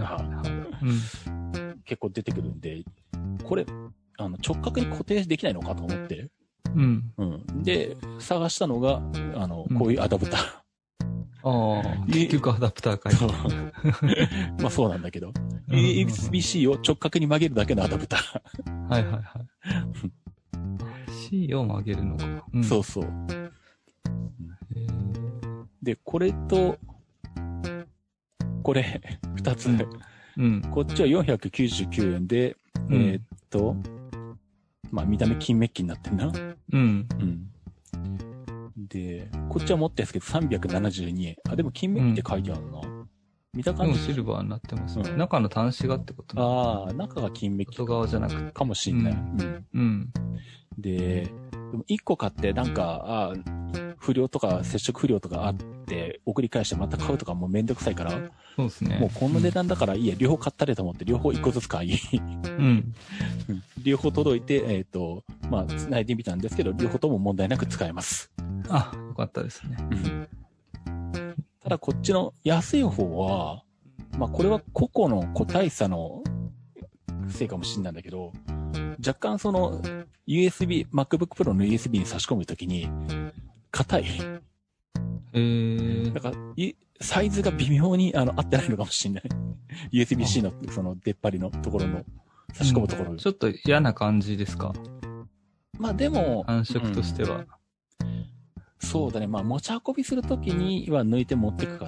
結構出てくるんで、これ、直角に固定できないのかと思って、で、探したのが、こういうアダプター。 結局アダプターかい。 そうなんだけど。USB-C を直角に曲げるだけのアダプター。 C を曲げるのか。 そう。で、これと、これ、二つ。こっちは499円で、見た目金メッキになってんな。で、こっちは持ったやつけど372円。でも金メッキって書いてあるな。見た感じ。 シルバーになってますね。中の端子がってこと中が金メッキ。 外側じゃなくて。 かもしんない。でも1個買って不良とか接触不良とかあって送り返してまた買うとかもうめんどくさいから。 そうですね。 もうこの値段だからいいや、両方買ったれと思って両方1個ずつ買い。両方届いて、繋いでみたんですけど、両方とも問題なく使えます。 よかったですね。 ただこっちの安い方は、これは個々の個体差のせいかもしれないんだけど、若干MacBook Pro の USB に差し込むときに、硬い。 だから、 サイズが微妙に合ってないのかもしれない。USB-C のその出っ張りのところの差し込むところ、 ちょっと嫌な感じですか？ まあでも、 感触としては。 そうだね。まあ持ち運びするときには抜いて持ってくから、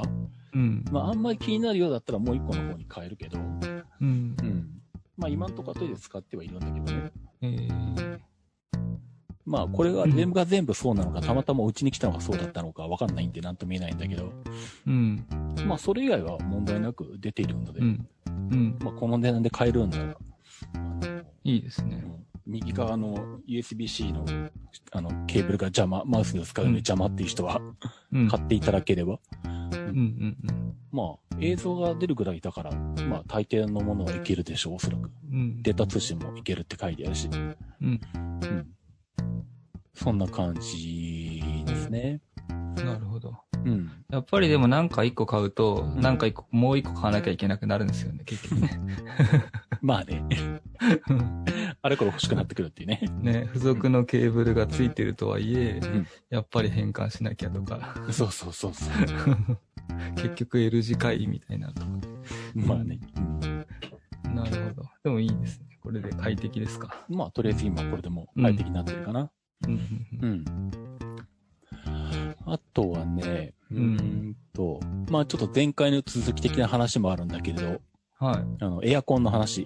まああんまり気になるようだったらもう一個の方に変えるけど、まあ今んとこ後で使ってはいるんだけどね。まあこれが全部が全部そうなのか、たまたまうちに来たのがそうだったのかわかんないんでなんとも言えないんだけど、まあそれ以外は問題なく出ているので、まあこの値段で買えるんなら、 いいですね。 右側の USB-C のケーブルが邪魔、マウスで使うのに邪魔っていう人は、買っていただければ、まあ映像が出るぐらいだから、まあ大抵のものはいけるでしょう、おそらく。データ通信もいけるって書いてあるし。そんな感じですね。 なるほど。やっぱりでもなんか一個買うと、なんかもう一個買わなきゃいけなくなるんですよね、結局ね。 まあね。あれこれ欲しくなってくるっていうね。 ね、付属のケーブルがついてるとはいえ、やっぱり変換しなきゃとか。 そう。 結局 L 字回みたいなとか。 まあね。 なるほど。でもいいですね。これで快適ですか？ まあとりあえず今これでも快適になってるかな。あとはね、まあちょっと前回の続き的な話もあるんだけれど、エアコンの話。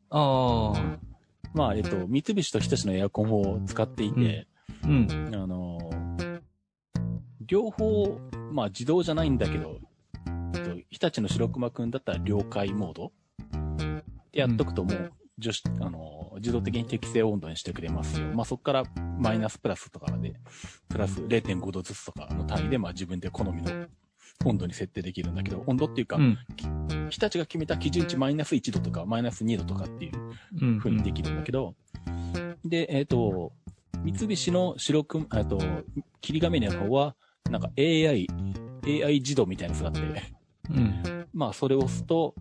まあ三菱と日立のエアコンを使っていて、両方、まあ自動じゃないんだけど、日立の白熊くんだったら了解モードでやっとくともう、自動的に適正温度にしてくれますよ。まあ、そこからマイナスプラスとかで、プラス 0.5 度ずつとかの単位で、まあ自分で好みの温度に設定できるんだけど、温度っていうか、日立が決めた基準値マイナス1度とか、マイナス2度とかっていう風にできるんだけど、で、三菱の白く、霧ヶ峰の方は、なんか AI 自動みたいなやつがあって、まあそれを押すと、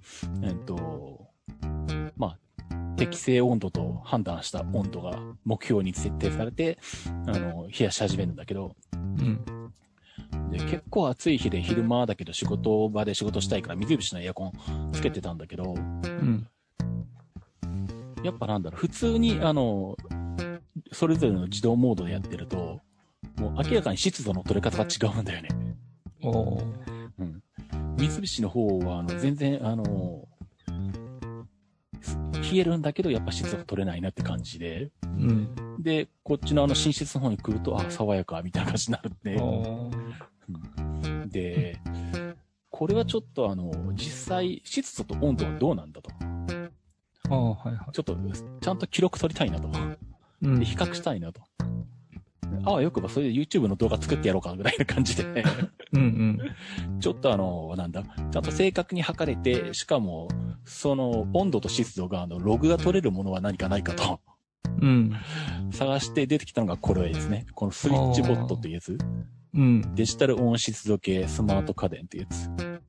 まあ、適正温度と判断した温度が目標に設定されて、冷やし始めるんだけど、で結構暑い日で昼間だけど仕事場で仕事したいから三菱のエアコンつけてたんだけど、やっぱなんだろう、普通にそれぞれの自動モードでやってると、もう明らかに湿度の取れ方が違うんだよね。三菱の方は全然冷えるんだけどやっぱ湿度が取れないなって感じで、でこっちの寝室の方に来ると爽やかみたいな感じになるんで、でこれはちょっと実際湿度と温度はどうなんだと、ちょっとちゃんと記録取りたいなと、で比較したいなと、よくばそれで YouTube の動画作ってやろうかぐらいな感じでちょっとなんだ、ちゃんと正確に測れて、しかもその温度と湿度がログが取れるものは何かないかと、探して出てきたのがこれですね。このスイッチボットっていうやつ、デジタル温湿度計スマート家電っていうやつ、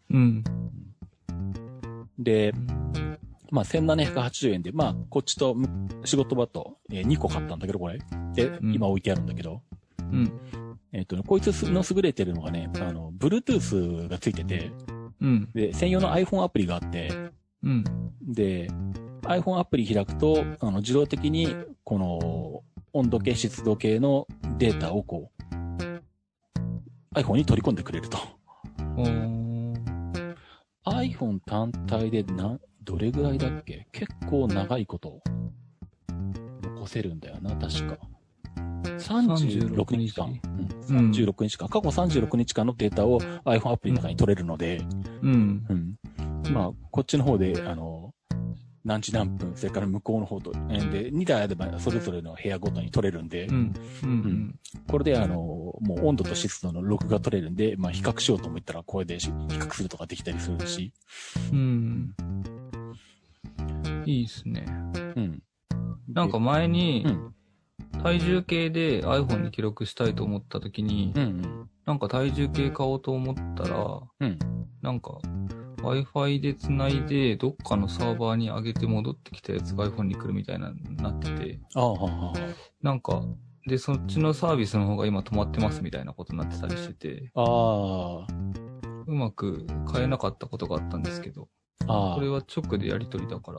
で、まあ1780円で、まあこっちと仕事場と2個買ったんだけど、これで今置いてあるんだけど、こいつの優れてるのがね、Bluetooth がついてて、で専用の iPhone アプリがあって、で iPhone アプリ開くと自動的にこの温度計湿度計のデータをこう iPhone に取り込んでくれると。iPhone 単体でどれぐらいだっけ？結構長いこと残せるんだよな、確か。36日間。36日間。過去36日間のデータを iPhone アプリの中に取れるので、まあ、こっちの方で、何時何分、それから向こうの方と、で、2台あればそれぞれの部屋ごとに取れるんで、これでもう温度と湿度のログが取れるんで、まあ比較しようと思ったらこれで比較するとかできたりするし。 いいですね。なんか前に、体重計で iPhone に記録したいと思った時に、なんか体重計買おうと思ったら、なんか Wi-Fi で繋いでどっかのサーバーに上げて戻ってきたやつが iPhone に来るみたいななってて、なんかでそっちのサービスの方が今止まってますみたいなことになってたりしてて、 うまく変えなかったことがあったんですけど、これは直でやり取りだから、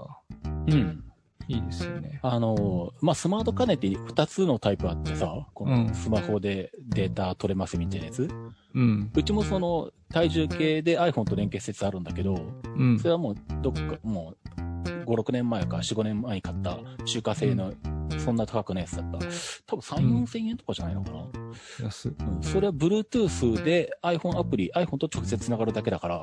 いいですよね。 まあ、スマートカネって2つのタイプあってさ、このスマホでデータ取れますみたいなやつ。うちもその体重計で iPhone と連携説あるんだけど、それはもうもう5、6年前か4、5年前に買った中華製の、そんな高くないやつだった。多分3、4千円とかじゃないのかな。 安い。 それは Bluetooth で iPhone アプリ、iPhone と直接繋がるだけだから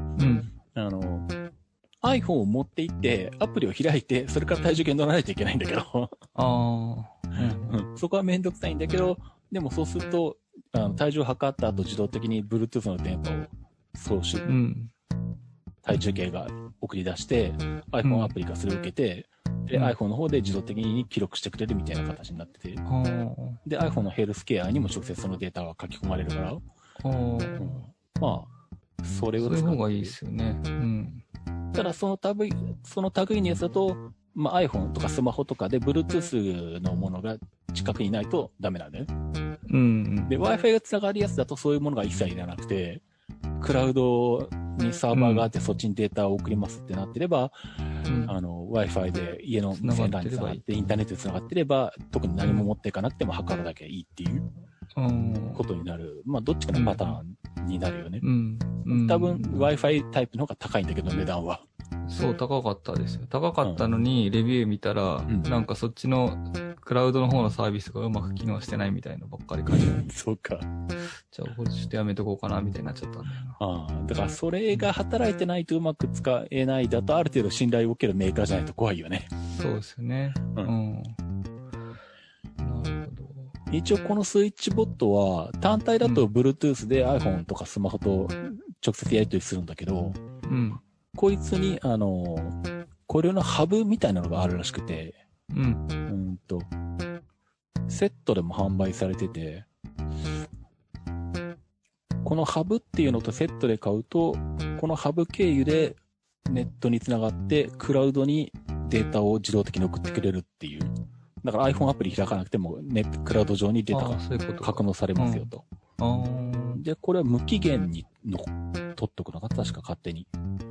、iPhone を持って行って、アプリを開いて、それから体重計に乗らないといけないんだけど。そこはめんどくさいんだけど、でもそうすると、体重を測った後自動的に Bluetooth の電波を送信、体重計が送り出して、iPhone アプリがそれを受けて、で、iPhone の方で自動的に記録してくれるみたいな形になってて。で、iPhone のヘルスケアにも直接そのデータが書き込まれるから。まあ、それを使う。 そういう方がいいですよね。 ただその類のやつだと、まあ iPhone とかスマホとかで Bluetooth のものが近くにないとダメなんだよね。で、Wi-Fi が繋がるやつだとそういうものが一切いらなくて、クラウドにサーバーがあってそっちにデータを送りますってなってれば、Wi-Fi で家の無線 LAN に繋がってインターネットに繋がってれば、特に何も持っていかなくても測るだけいいっていうことになる。まあどっちかのパターンになるよね。多分 Wi-Fi タイプの方が高いんだけど値段は。 そう、高かったですよ。高かったのに、レビュー見たら、なんかそっちのクラウドの方のサービスがうまく機能してないみたいなばっかり書いてある。 そうか。 じゃあ、これちょっとやめとこうかな、みたいになっちゃったんだよな。だからそれが働いてないとうまく使えないだと、ある程度信頼を受けるメーカーじゃないと怖いよね。 そうですよね。なるほど。 一応このスイッチボットは、単体だと Bluetooth で iPhone とかスマホと直接やり取りするんだけど、こいつに、これのハブみたいなのがあるらしくて、セットでも販売されてて、このハブっていうのとセットで買うと、このハブ経由でネットにつながってクラウドにデータを自動的に送ってくれるっていう。だから iPhone アプリ開かなくてもクラウド上にデータが格納されますよと。で、これは無期限に取っとくのか確か勝手に。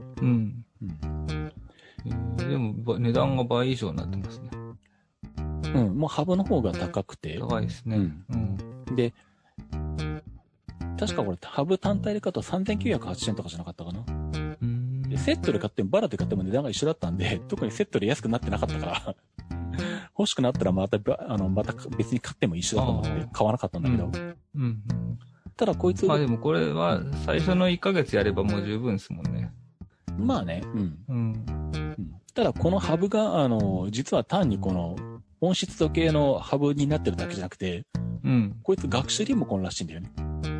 でも値段が倍以上になってますね。 もうハブの方が高くて。 高いですね。 で、確かこれハブ単体で買うと3980円とかじゃなかったかな。でセットで買ってもバラで買っても値段が一緒だったんで、特にセットで安くなってなかったから、欲しくなったらまた別に買っても一緒だと思って買わなかったんだけど。ただこいつ。 まあでもこれは最初の1ヶ月やればもう十分ですもんね。 まあね。ただこのハブが、実は単にこの音質時計のハブになってるだけじゃなくて、こいつ学習リモコンらしいんだよね。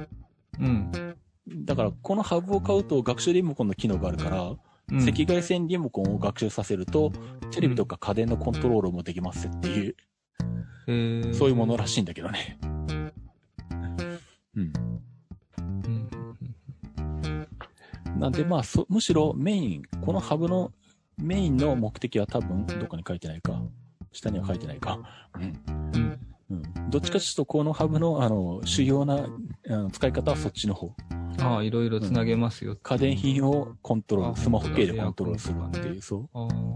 だからこのハブを買うと学習リモコンの機能があるから、赤外線リモコンを学習させると、テレビとか家電のコントロールもできますっていう、そういうものらしいんだけどね。なんでまあむしろこのハブのメインの目的は多分どっかに書いてないか。下には書いてないか。どっちかというとこのハブの主要な使い方はそっちの方。 いろいろつなげますよ。 家電品をコントロール、スマホ系でコントロールするっていう、そう。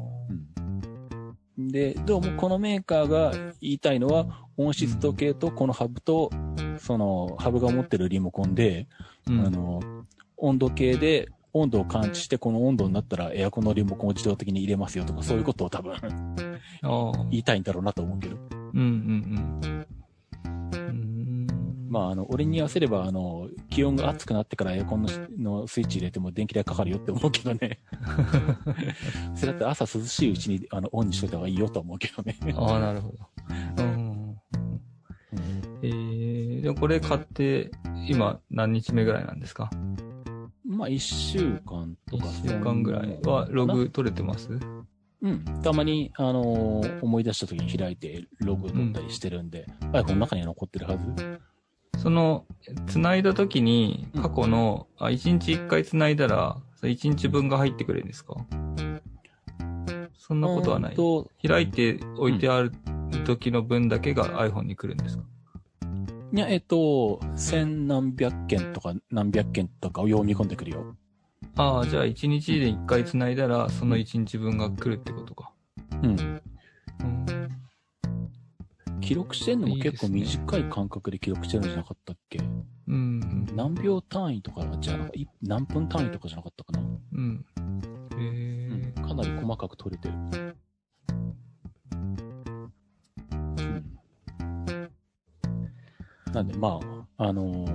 で、どうもこのメーカーが言いたいのは、音質時計とこのハブと、そのハブが持ってるリモコンで、温度計で温度を感知してこの温度になったらエアコンのリモコンを自動的に入れますよとか、そういうことを多分言いたいんだろうなと思うけど。まあ、俺に言わせれば、気温が暑くなってからエアコンのスイッチ入れても電気代かかるよって思うけどね。それだって朝涼しいうちにオンにしといた方がいいよと思うけどね。 なるほど。でもこれ買って、今何日目ぐらいなんですか？ まあ、1週間とか。 1週間ぐらいはログ取れてます？ たまに、思い出した時に開いてログ取ったりしてるんで、iPhone の中には残ってるはず。 繋いだ時に、過去の、1日1回繋いだら、1日分が入ってくるんですか？そんなことはない。開いて置いてある時の分だけが iPhone に来るんですか？ いや、千何百件とか何百件とかを読み込んでくるよ。 ああ、じゃあ1日で1回繋いだら、その1日分が来るってことか。 うん。記録してんのも結構短い間隔で記録してるんじゃなかったっけ？ うん。 何秒単位とかじゃな何分単位とかじゃなかったかな？ うん。 かなり細かく取れてる。なんで、まあ、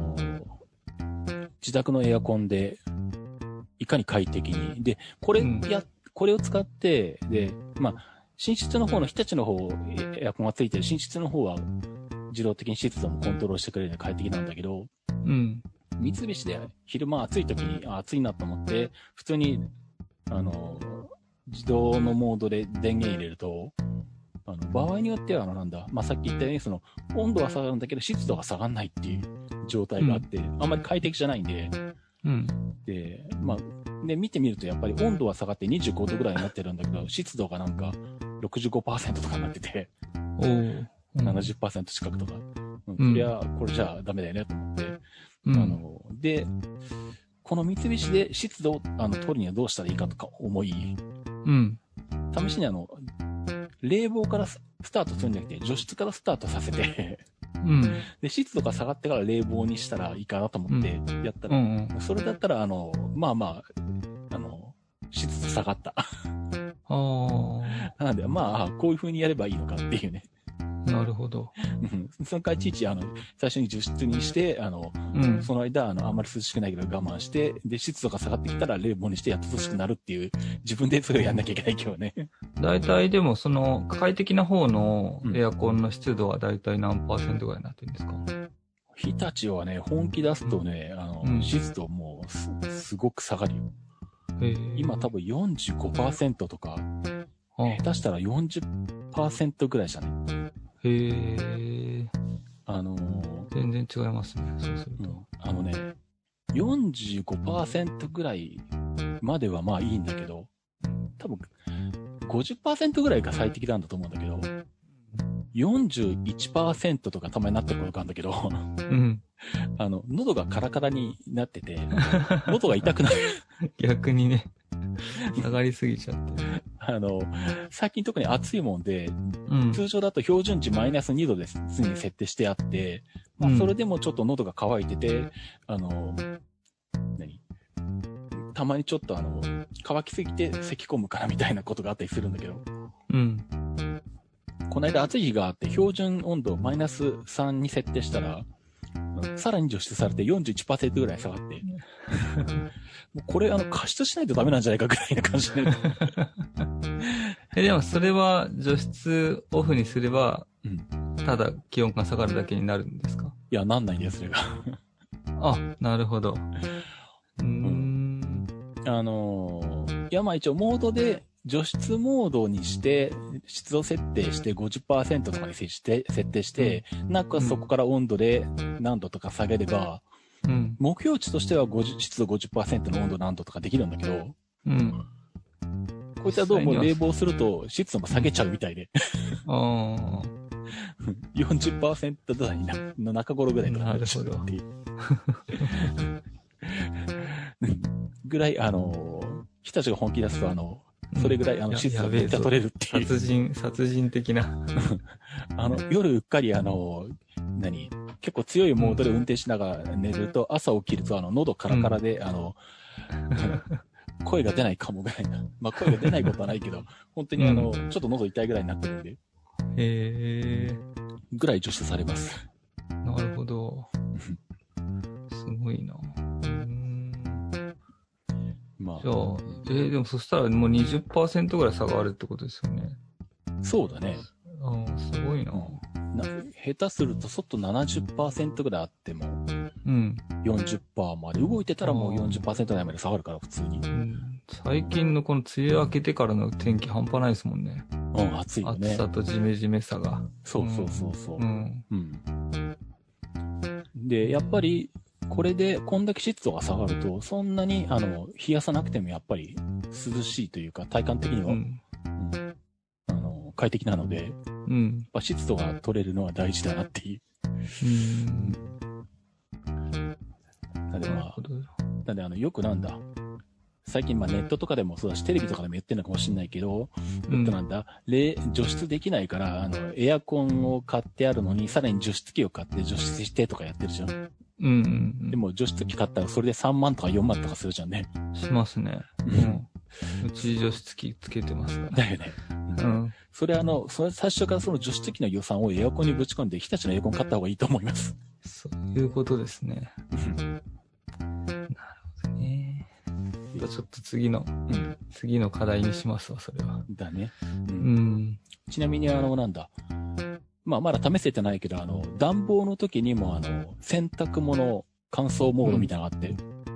自宅のエアコンで、いかに快適に。で、これを使って、で、まあ、寝室の方の、日立の方、エアコンがついてる寝室の方は、自動的に湿度もコントロールしてくれるので快適なんだけど、三菱で昼間暑い時に、暑いなと思って、普通に、自動のモードで電源入れると、場合によっては、まあ、さっき言ったように、温度は下がるんだけど、湿度が下がらないっていう状態があって、あんまり快適じゃないんで、で、まあ、で、見てみるとやっぱり温度は下がって25度ぐらいになってるんだけど、湿度がなんか 65% とかになってて、70% 近くとか。そりゃ、これじゃダメだよねと思って。で、この三菱で湿度を取るにはどうしたらいいかとか思い、試しに冷房からスタートするんじゃなくて、除湿からスタートさせてで、湿度が下がってから冷房にしたらいいかなと思ってやったら、それだったら、まあまあ、湿度下がった。なので、まあ、こういう風にやればいいのかっていうね。 なるほど。 その代わりいちいち、最初に除湿にして、その間、あんまり涼しくないけど我慢して、で、湿度が下がってきたら冷房にしてやっと涼しくなるっていう、自分でそれをやんなきゃいけない今日ね。 大体でも快適な方のエアコンの湿度は大体何%ぐらいになってるんですか？ 日立はね、本気出すとね、湿度もすごく下がるよ。今多分 45% とか、下手したら 40% ぐらいじゃね。 全然違いますね、そうすると。 45% ぐらいまではまあいいんだけど、多分 50% ぐらいが最適なんだと思うんだけど、41% とかたまになってることがあるんだけど、喉がカラカラになってて、喉が痛くなる。 逆にね、下がりすぎちゃって。 最近特に暑いもんで、通常だと標準値マイナス2度です常に設定してあって、まあ、それでもちょっと喉が渇いてて、たまにちょっと乾きすぎて咳込むからみたいなことがあったりするんだけど、この間暑い日があって標準温度マイナス3に設定したら、さらに除湿されて 41% ぐらい下がって、もうこれ加湿しないとダメなんじゃないかぐらいな感じで。 でもそれは除湿オフにすれば、ただ気温が下がるだけになるんですか？ いや、なんないんです、それが。 あ、なるほど。 いや、まあ一応モードで、除湿モードにして、湿度設定して 50% とかに設定して、なんかそこから温度で何度とか下げれば、目標値としては湿度 50% の温度何度とかできるんだけど、こいつはどうも冷房すると湿度も下げちゃうみたいで。40% 台の中頃ぐらいからなっちゃうっていう。ぐらい、日立が本気出すと、それぐらい、湿度がめっちゃ取れるっていう。 殺人的な。 夜うっかり結構強いモードで運転しながら寝ると、朝起きると喉カラカラで、声が出ないかもぐらいな。まあ、声が出ないことはないけど、本当にちょっと喉痛いぐらいになってるんで。ぐらい除湿されます。 なるほど。すごいな。 まあ。 じゃあ、でもそしたらもう 20% ぐらい差があるってことですよね。 そうだね。 すごいな。 下手すると外 70% ぐらいあっても、40% まで動いてたらもう 40% 台まで下がるから普通に。 最近のこの梅雨明けてからの天気半端ないですもんね。 暑いよね。 暑さとジメジメさが。 そう。で、やっぱり、これで、こんだけ湿度が下がると、そんなに、冷やさなくてもやっぱり涼しいというか、体感的には、快適なので、やっぱ湿度が取れるのは大事だなっていう。 なんでよくなんだ。最近ネットとかでもそうだし、テレビとかでも言ってるのかもしれないけど、なんだ、除湿できないから、エアコンを買ってあるのに、さらに除湿機を買って除湿してとかやってるじゃん。でも除湿機買ったらそれで3万とか4万とかするじゃんね。 しますね。うち除湿機つけてますから。 だよね。それ最初からその除湿機の予算をエアコンにぶち込んで、日立のエアコン買った方がいいと思います。 そういうことですね。ちょっと次の課題にしますわ、それは。 だね。ちなみになんだ。まだ試せてないけど、暖房の時にも洗濯物乾燥モードみたいなのがあって、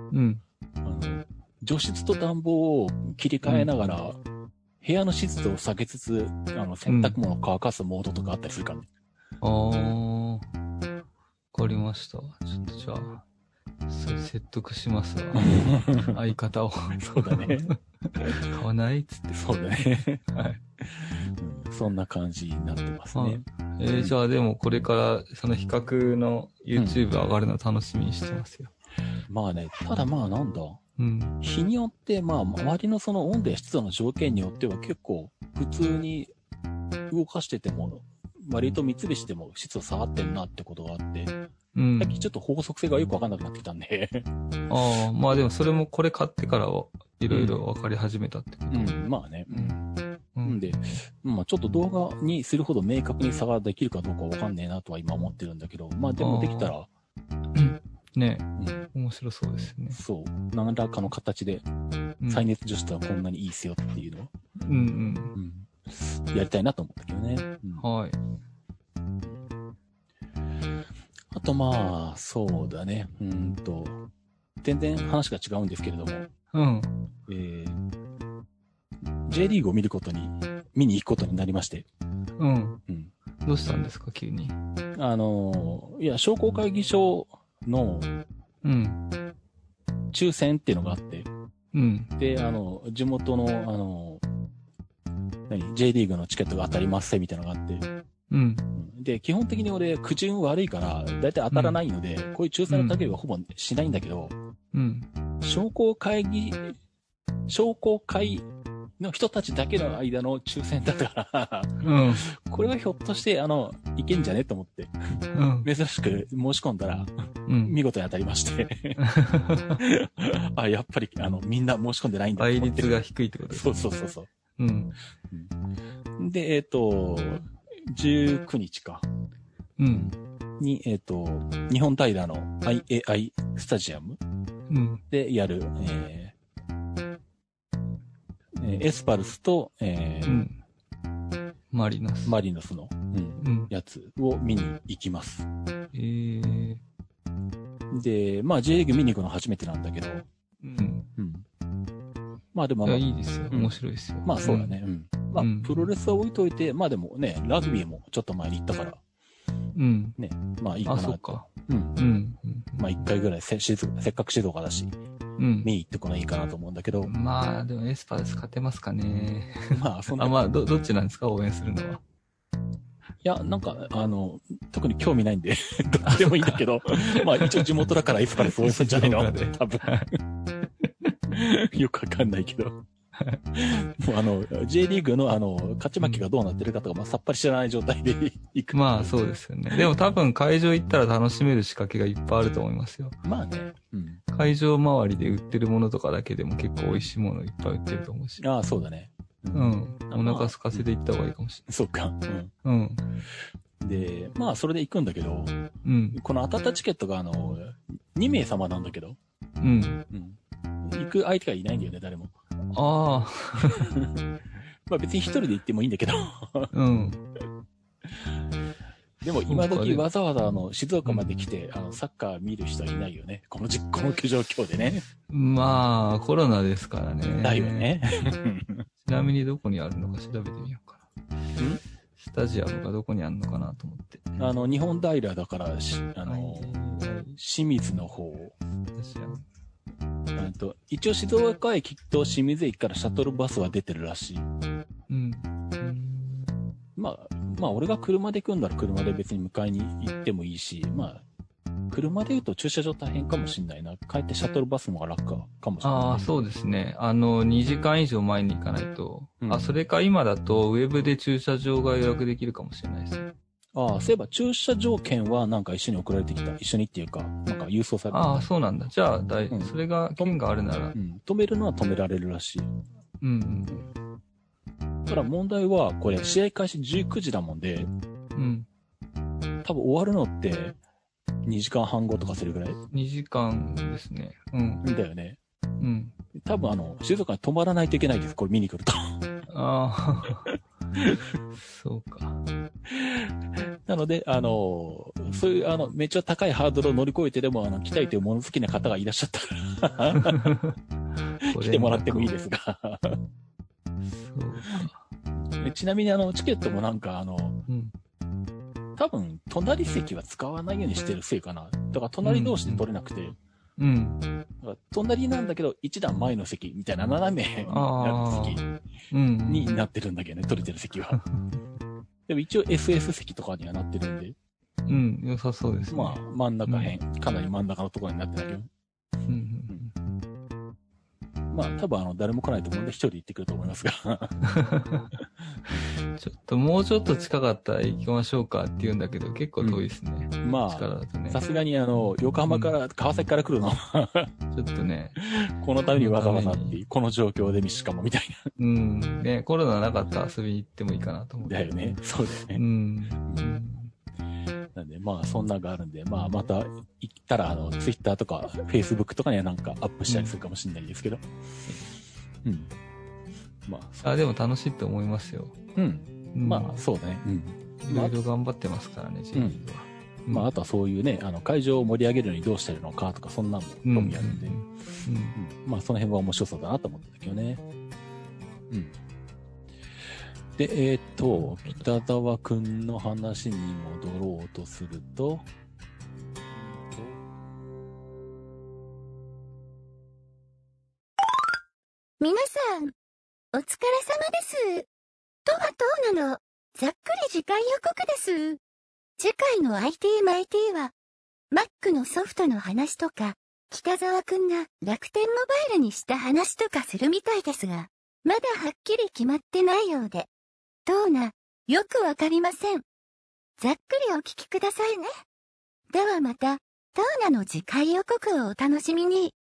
除湿と暖房を切り替えながら、部屋の湿度を下げつつ、洗濯物を乾かすモードとかあったりするからね。 わかりました。ちょっとじゃあ、それ説得しますわ。相方を。 そうだね。 買わないっつって。 そうだね。はい。そんな感じになってますね。 じゃあでもこれからその比較の YouTube 上がるの楽しみにしてますよ。 まあね、ただなんだ。日によって、周りのその温度や湿度の条件によっては結構普通に動かしてても、割と三菱でも湿度下がってんなってことがあって、さっきちょっと法則性がよくわかんなくなってきたんで。 まあでもそれもこれ買ってからはいろいろ分かり始めたってこと。 まあね。で、ちょっと動画にするほど明確に差ができるかどうかわかんねえなとは今思ってるんだけど、でもできたら。 ね面白そうですね。 そう。何らかの形で、再熱除湿はこんなにいいっすよっていうのを。やりたいなと思ったけどね。 はい。 あとそうだね。全然話が違うんですけれども。J リーグを見に行くことになりまして。 どうしたんですか、急に。 商工会議所の、抽選っていうのがあって。で、地元の、J リーグのチケットが当たりますせみたいなのがあって。で、基本的に俺、苦順悪いから、だいたい当たらないので、こういう抽選の限りはほぼしないんだけど、商工会の人たちだけの間の抽選だったから、これはひょっとして、いけんじゃねと思って、珍しく申し込んだら、見事に当たりましてやっぱり、みんな申し込んでないんだ倍率が低いってことですね。そう。で、19日か。に、日本平の IAI スタジアムでやる、エスパルスと、 マリノスの、やつを見に行きます。で、J リーグ見に行くの初めてなんだけど、でもいいですよ。面白いですよ。 そうだね。プロレスは置いといて、でもね、ラグビーもちょっと前に行ったから、ね、いいかなと。 そうか。 一回ぐらいせっかく静岡だし、見に行ってこないいかなと思うんだけど。 でもエスパルス勝てますかね。どっちなんですか、応援するのは。 いや、特に興味ないんで、どっちでもいいんだけど、一応地元だからエスパルス応援するんじゃないの多分。よくわかんないけど。もうJ リーグの勝ち負けがどうなってるかとか、さっぱり知らない状態で行く。 そうですよね。でも多分会場行ったら楽しめる仕掛けがいっぱいあると思いますよ。 ね。 会場周りで売ってるものとかだけでも結構美味しいものいっぱい売ってると思うし。 そうだね。 お腹空かせて行った方がいいかもしれない。 そうか。で、それで行くんだけど、この当たったチケットが2名様なんだけど、行く相手がいないんだよね、誰も。別に一人で行ってもいいんだけど。でも今時わざわざ静岡まで来て、サッカー見る人はいないよね。この状況でね。 コロナですからね。 だよね。 ちなみにどこにあるのか調べてみようかな。スタジアムがどこにあるのかなと思って。 日本平だから、清水の方。一応静岡駅と清水駅からシャトルバスは出てるらしい。 まあ俺が車で行くんだら車で別に迎えに行ってもいいし、まあ、車で言うと駐車場大変かもしんないな。帰ってシャトルバスの方が楽かもしれない。 ああ、そうですね。2時間以上前に行かないと。それか今だとウェブで駐車場が予約できるかもしれないですね。 ああ、そういえば駐車場券はなんか一緒に送られてきた。一緒にっていうか、なんか郵送されてきた。 ああ、そうなんだ。じゃあ、それが、券があるなら。 止めるのは止められるらしい。ただ問題は、これ試合開始19時だもんで、多分終わるのって、2時間半後とかするぐらい ?2 時間ですね。 だよね。多分静岡に泊まらないといけないです。これ見に来ると。 ああ。そうか。 なので、そういうめっちゃ高いハードルを乗り越えてでも、来たいという物好きな方がいらっしゃったら、来てもらってもいいですが。ちなみにチケットもなんか多分、隣席は使わないようにしてるせいかな。だから隣同士で取れなくて。だから隣なんだけど、一段前の席みたいな斜めになる席になってるんだけどね、取れてる席は。でも一応 SS 席とかにはなってるんで。 良さそうですね。 まあ、真ん中かなり真ん中のところになってたけど。まあ、多分誰も来ないと思うんで、一人で行ってくると思いますが。 もうちょっと近かったら行きましょうかって言うんだけど、結構遠いですね。 まあ、さすがに横浜から、川崎から来るのはちょっとね。 このためにわざわざっていう、この状況でしかもみたいな。ね、コロナなかったら遊びに行ってもいいかなと思って。 だよね。そうだよね。なんで、まあ、そんなのがあるんで、まあ、また、行ったら、Twitter とか、Facebook とかにはなんかアップしたりするかもしれないですけど。 まあ。でも楽しいと思いますよ。 まあ、そうだね。 いろいろ頑張ってますからね、J リーグは。 まあ、あとはそういうね、会場を盛り上げるのにどうしてるのかとか、そんなのも興味あるんで。まあ、その辺は面白そうだなと思ってたけどね。で、北沢くんの話に戻ろうとすると、 皆さん、お疲れ様です。とはどうなの、ざっくり次回予告です。次回の IT マイティは、Mac のソフトの話とか、北沢くんが楽天モバイルにした話とかするみたいですが、まだはっきり決まってないようで、どうな、よくわかりません。ざっくりお聞きくださいね。ではまた、どうなの次回予告をお楽しみに。